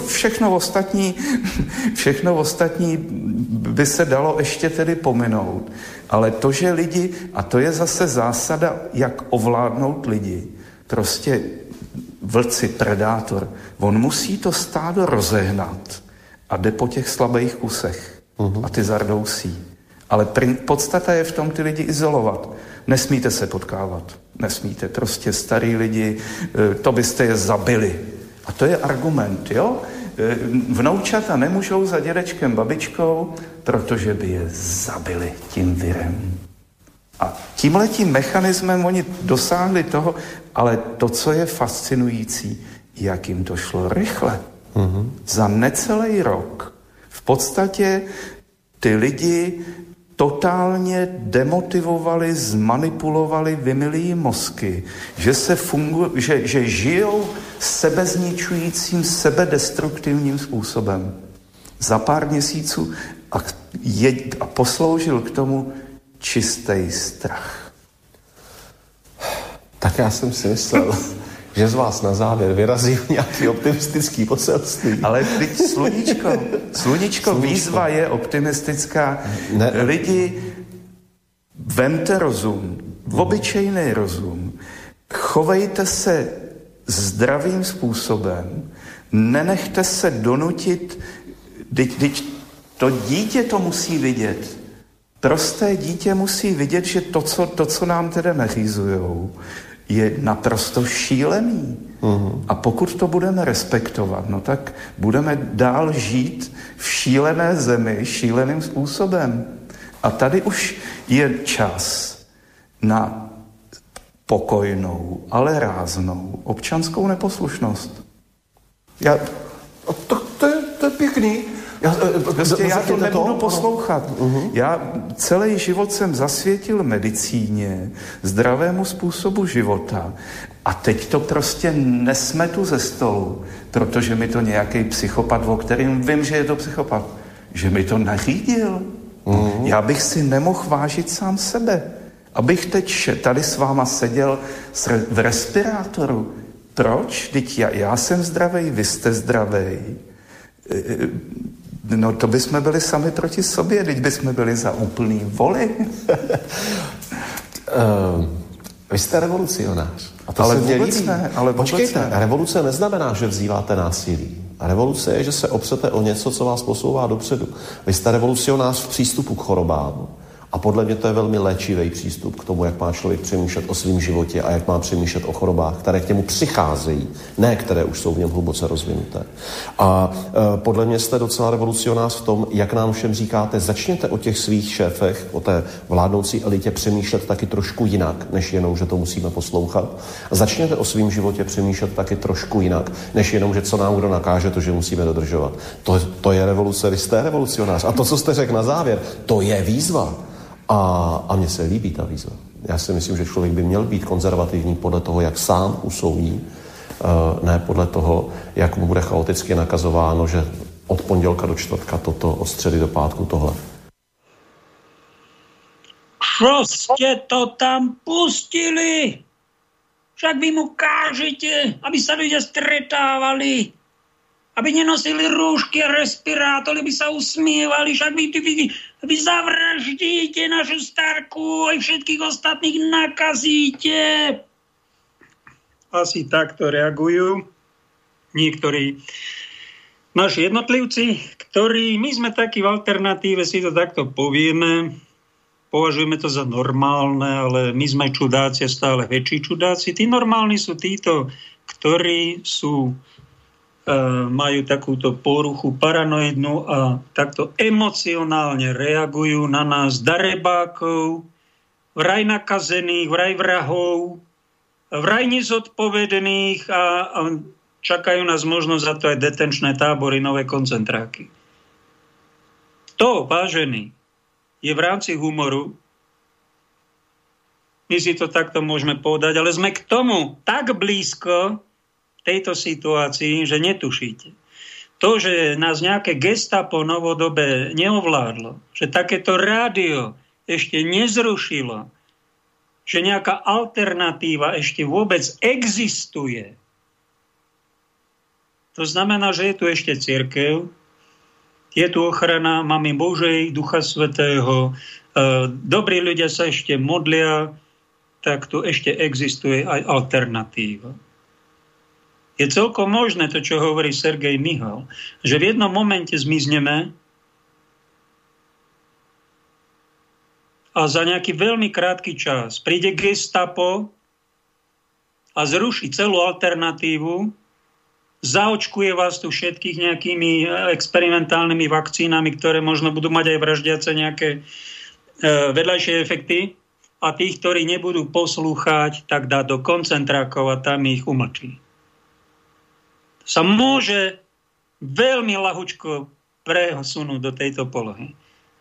všechno ostatní by se dalo ještě tedy pominout. Ale to, že lidi, a to je zase zásada, jak ovládnout lidi, prostě vlci, predátor, on musí to stádo rozehnat a jde po těch slabých kusech. A ty zardousí. Ale podstata je v tom ty lidi izolovat. Nesmíte se potkávat. Nesmíte. Prostě starý lidi, to byste je zabili. A to je argument, jo? Vnoučata nemůžou za dědečkem, babičkou, protože by je zabili tím virem. A tímhletím mechanismem oni dosáhli toho, ale to, co je fascinující, jak jim to šlo rychle. Za necelý rok v podstatě ty lidi totálně demotivovali, zmanipulovali, vymyli mozky, že žijou sebezničujícím, sebedestruktivním způsobem. Za pár měsíců a posloužil k tomu čistý strach. Tak já jsem si myslel, že z vás na závěr vyrazí nějaký optimistický poselství. Ale teď sluníčko, výzva je optimistická. Ne. Lidi, vemte rozum, obyčejný rozum, chovejte se zdravým způsobem, nenechte se donutit, to dítě to musí vidět. Prosté dítě musí vidět, že to, co nám teda nařízujou, je naprosto šílený. A pokud to budeme respektovat, no tak budeme dál žít v šílené zemi, šíleným způsobem. A tady už je čas na pokojnou, ale ráznou občanskou neposlušnost. To je pěkný. Já to nebudu poslouchat. Já celý život jsem zasvětil medicíně, zdravému způsobu života a teď to prostě nesmetu ze stolu, protože mi to nějaký psychopat, o kterým vím, že je to psychopat, že mi to nařídil. Já bych si nemohl vážit sám sebe. Abych teď tady s váma seděl v respirátoru. Proč? Teď já jsem zdravej, vy jste zdravej. No to bychom byli sami proti sobě, teď bychom byli za úplný voli. Vy jste revolucionář. A to ale se vůbec ne, ale počkejte, ne. Revoluce neznamená, že vzýváte násilí. A revoluce je, že se opřete o něco, co vás posouvá dopředu. Vy jste revolucionář v přístupu k chorobám. A podle mě to je velmi léčivý přístup k tomu, jak má člověk přemýšlet o svém životě a jak má přemýšlet o chorobách, které k němu přicházejí, ne které už jsou v něm hluboce rozvinuté. A podle mě jste docela revolucionář v tom, jak nám všem říkáte, začněte o těch svých šéfech, o té vládnoucí elitě přemýšlet taky trošku jinak, než jenom, že to musíme poslouchat. A začněte o svém životě přemýšlet taky trošku jinak, než jenom, že co nám kdo nakáže, to, že musíme dodržovat. To je revoluce, vy jste revolucionář. A to, co jste řekl na závěr, to je výzva. A mně se líbí ta výzva. Já si myslím, že člověk by měl být konzervativní podle toho, jak sám usoudí, ne podle toho, jak mu bude chaoticky nakazováno, že od pondělka do čtvrtka toto, od středy do pátku tohle. Čo ste to tam pustili? Však vy mu kážete, aby sa ľudia stretávali, aby nenosili rúšky a respirátory, aby sa usmievali, však vy zavraždíte našu starku, aj všetkých ostatných nakazíte. Asi takto reagujú niektorí naši jednotlivci, ktorí, my sme takí v alternatíve, si to takto povieme, považujeme to za normálne, ale my sme čudáci, stále väčší čudáci. Tí normálni sú títo, ktorí sú, majú takúto poruchu paranoidnú a takto emocionálne reagujú na nás darebákov, vraj nakazených, vraj vrahov, vraj nezodpovedných a čakajú nás možno za to aj detenčné tábory, nové koncentráky. To, vážený, je v rámci humoru. My si to takto môžeme povedať, ale sme k tomu tak blízko tejto situácii, že netušíte. To, že nás nejaké gestapo novodobé neovládlo, že takéto rádio ešte nezrušilo, že nejaká alternatíva ešte vôbec existuje. To znamená, že je tu ešte cirkev, je tu ochrana Mamy Božej, Ducha Svätého, dobrí ľudia sa ešte modlia, tak tu ešte existuje aj alternatíva. Je celkom možné to, čo hovorí Sergej Mihal, že v jednom momente zmizneme a za nejaký veľmi krátky čas príde gestapo a zruší celú alternatívu, zaočkuje vás tu všetkých nejakými experimentálnymi vakcínami, ktoré možno budú mať aj vraždiace nejaké vedľajšie efekty a tých, ktorí nebudú poslúchať, tak dá do koncentrákov a tam ich umlčí. Sa môže veľmi ľahučko presunúť do tejto polohy.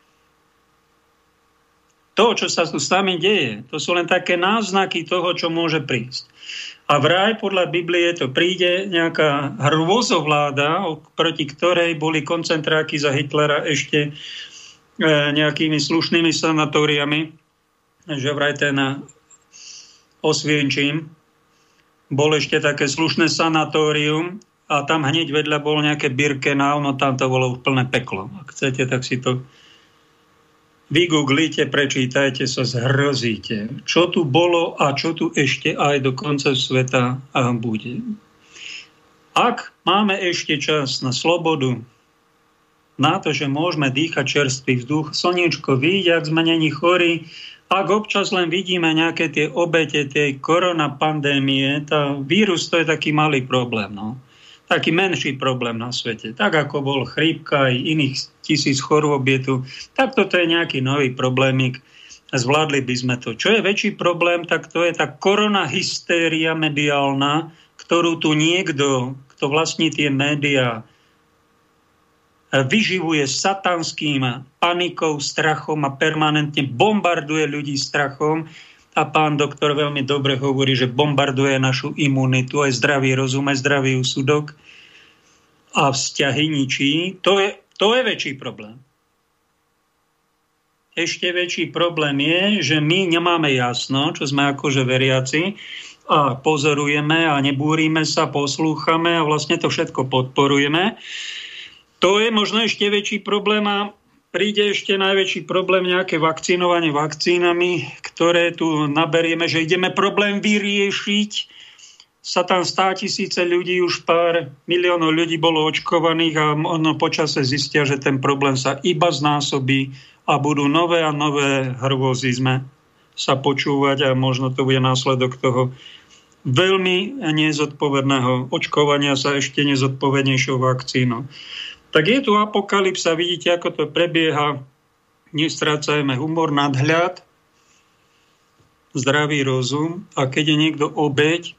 To, čo sa tu s nami deje, to sú len také náznaky toho, čo môže prísť. A vraj podľa Biblie to príde nejaká hrôzovláda, proti ktorej boli koncentráky za Hitlera ešte nejakými slušnými sanatóriami, že vraj ten Osvienčim bol ešte také slušné sanatórium a tam hneď vedľa bolo nejaké Birkenau, no tam to bolo plné peklo. Ak chcete, tak si to vygooglite, prečítajte sa, zhrozíte. Čo tu bolo a čo tu ešte aj do konca sveta bude. Ak máme ešte čas na slobodu, na to, že môžeme dýchať čerstvý vzduch, slniečko vyjde, ak sme není chorí, ak občas len vidíme nejaké tie obete tej koronapandémie, tá vírus to je taký malý problém, no. Taký menší problém na svete. Tak ako bol chrípka aj iných 1000 chorôb je tu, tak toto je nejaký nový problémik. Zvládli by sme to. Čo je väčší problém, tak to je tá koronahystéria mediálna, ktorú tu niekto, kto vlastní tie médiá, vyživuje satanským panikou, strachom a permanentne bombarduje ľudí strachom. A pán doktor veľmi dobre hovorí, že bombarduje našu imunitu, aj zdravý rozum, aj zdravý úsudok a vzťahy ničí. To je väčší problém. Ešte väčší problém je, že my nemáme jasno, čo sme akože veriaci a pozorujeme a nebúrime sa, poslúchame a vlastne to všetko podporujeme. To je možno ešte väčší problém a príde ešte najväčší problém, nejaké vakcinovanie vakcínami, ktoré tu naberieme, že ideme problém vyriešiť. Sa tam 100 000 ľudí, už pár miliónov ľudí bolo očkovaných a ono počase zistia, že ten problém sa iba znásobí a budú nové a nové hrôzy sa počúvať a možno to bude následok toho veľmi nezodpovedného očkovania sa ešte nezodpovednejšou vakcínou. Tak je tu apokalypsa, vidíte, ako to prebieha. Nestrácajme humor, nadhľad, zdravý rozum. A keď je niekto obeť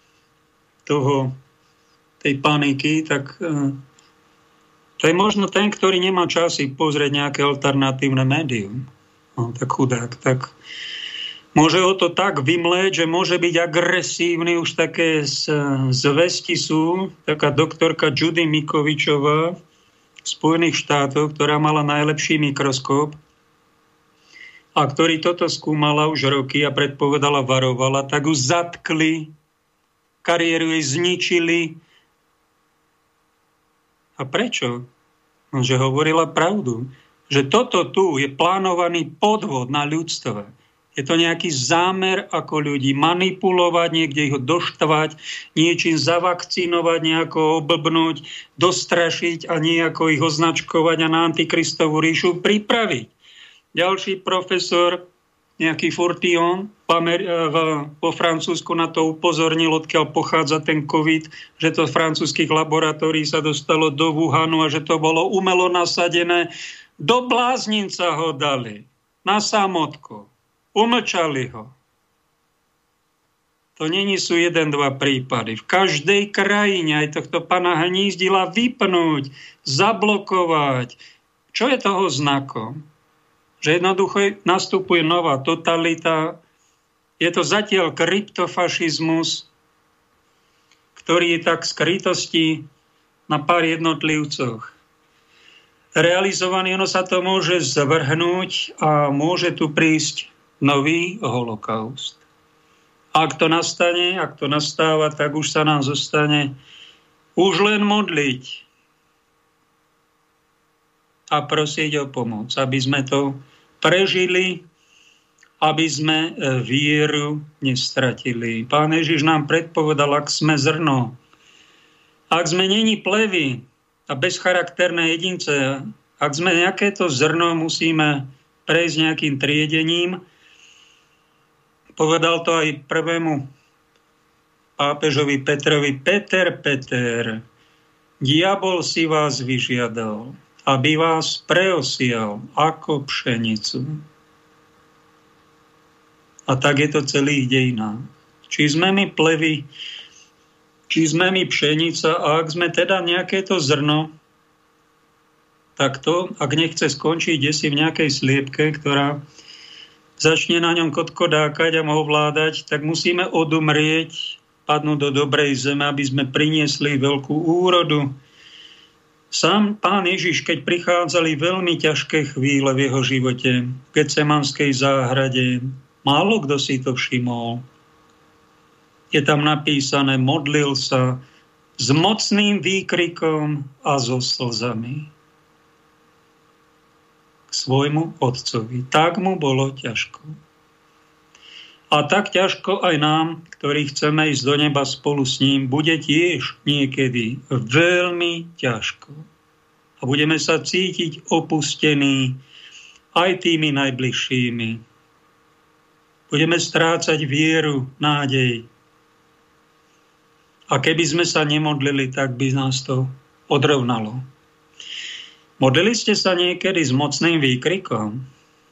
tej paniky, tak to je možno ten, ktorý nemá čas si pozrieť nejaké alternatívne médium. No, tak chudák. Tak môže ho to tak vymleť, že môže byť agresívny. Už také zvesti sú. Taká doktorka Judy Mikovičová Spojených štátov, ktorá mala najlepší mikroskop a ktorý toto skúmala už roky a predpovedala, varovala, tak ju zatkli, kariéru jej zničili. A prečo? No, že hovorila pravdu. Že toto tu je plánovaný podvod na ľudstvo. Je to nejaký zámer, ako ľudí manipulovať, niekde ich doštvať, niečím zavakcinovať, nejako oblbnúť, dostrašiť a nejako ich označkovať a na antikristovú ríšu pripraviť. Ďalší profesor, nejaký Furtion, po Francúzsku na to upozornil, odkiaľ pochádza ten COVID, že to z francúzskych laboratórií sa dostalo do Wuhanu a že to bolo umelo nasadené. Do bláznica ho dali, na samotku. Umlčali ho. To není sú 1-2 prípady. V každej krajine aj tohto pána Hnízdila vypnúť, zablokovať. Čo je toho znakom? Že jednoducho nastupuje nová totalita. Je to zatiaľ kryptofašizmus, ktorý je tak skrytosti na pár jednotlivcoch realizovaný. Ono sa to môže zvrhnúť a môže tu prísť nový holokaust. Ak to nastane, ak to nastáva, tak už sa nám zostane už len modliť a prosiť o pomoc, aby sme to prežili, aby sme vieru nestratili. Pán Ježiš nám predpovedal, ak sme zrno, ak sme není plevy a bezcharakterné jedince, ak sme nejaké to zrno, musíme prejsť nejakým triedením. Povedal to aj prvému pápežovi Petrovi: Peter, diabol si vás vyžiadal, aby vás preosial ako pšenicu. A tak je to celých dejinách. Či sme my plevy, či sme my pšenica, a ak sme teda nejaké to zrno, tak to, ak nechce skončiť desi v nejakej sliepke, ktorá začne na ňom kotkodákať a ho ovládať, tak musíme odumrieť, padnúť do dobrej zeme, aby sme priniesli veľkú úrodu. Sám Pán Ježiš, keď prichádzali veľmi ťažké chvíle v jeho živote, v Getsemanskej záhrade, málo kto si to všimol. Je tam napísané: modlil sa s mocným výkrikom a so slzami svojmu otcovi. Tak mu bolo ťažko. A tak ťažko aj nám, ktorí chceme ísť do neba spolu s ním, bude tiež niekedy veľmi ťažko. A budeme sa cítiť opustení aj tými najbližšími. Budeme strácať vieru, nádej. A keby sme sa nemodlili, tak by nás to odrovnalo. Modlili ste sa niekedy s mocným výkrikom?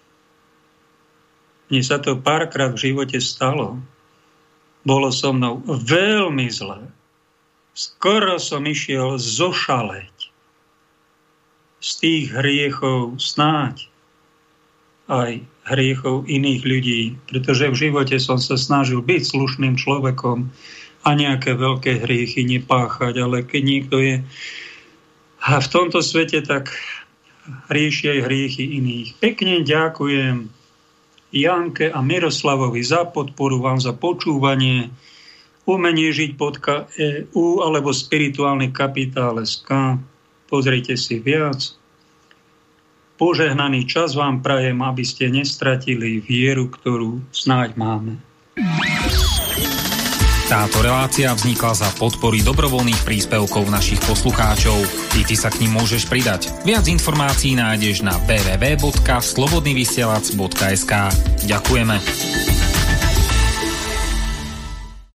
Mne sa to párkrát v živote stalo. Bolo so mnou veľmi zlé. Skoro som išiel zošaleť z tých hriechov, snáď aj hriechov iných ľudí, pretože v živote som sa snažil byť slušným človekom a nejaké veľké hriechy nepáchať, ale keď niekto je a v tomto svete, tak rieši aj hriechy iných. Pekne ďakujem Janke a Miroslavovi za podporu, vám za počúvanie. Umenie žiť.eu alebo Spirituálny kapitál.sk. Pozrite si viac. Požehnaný čas vám prajem, aby ste nestratili vieru, ktorú snáď máme. Táto relácia vznikla za podpory dobrovoľných príspevkov našich poslucháčov. I ty sa k nim môžeš pridať. Viac informácií nájdeš na www.slobodnyvysielac.sk. Ďakujeme.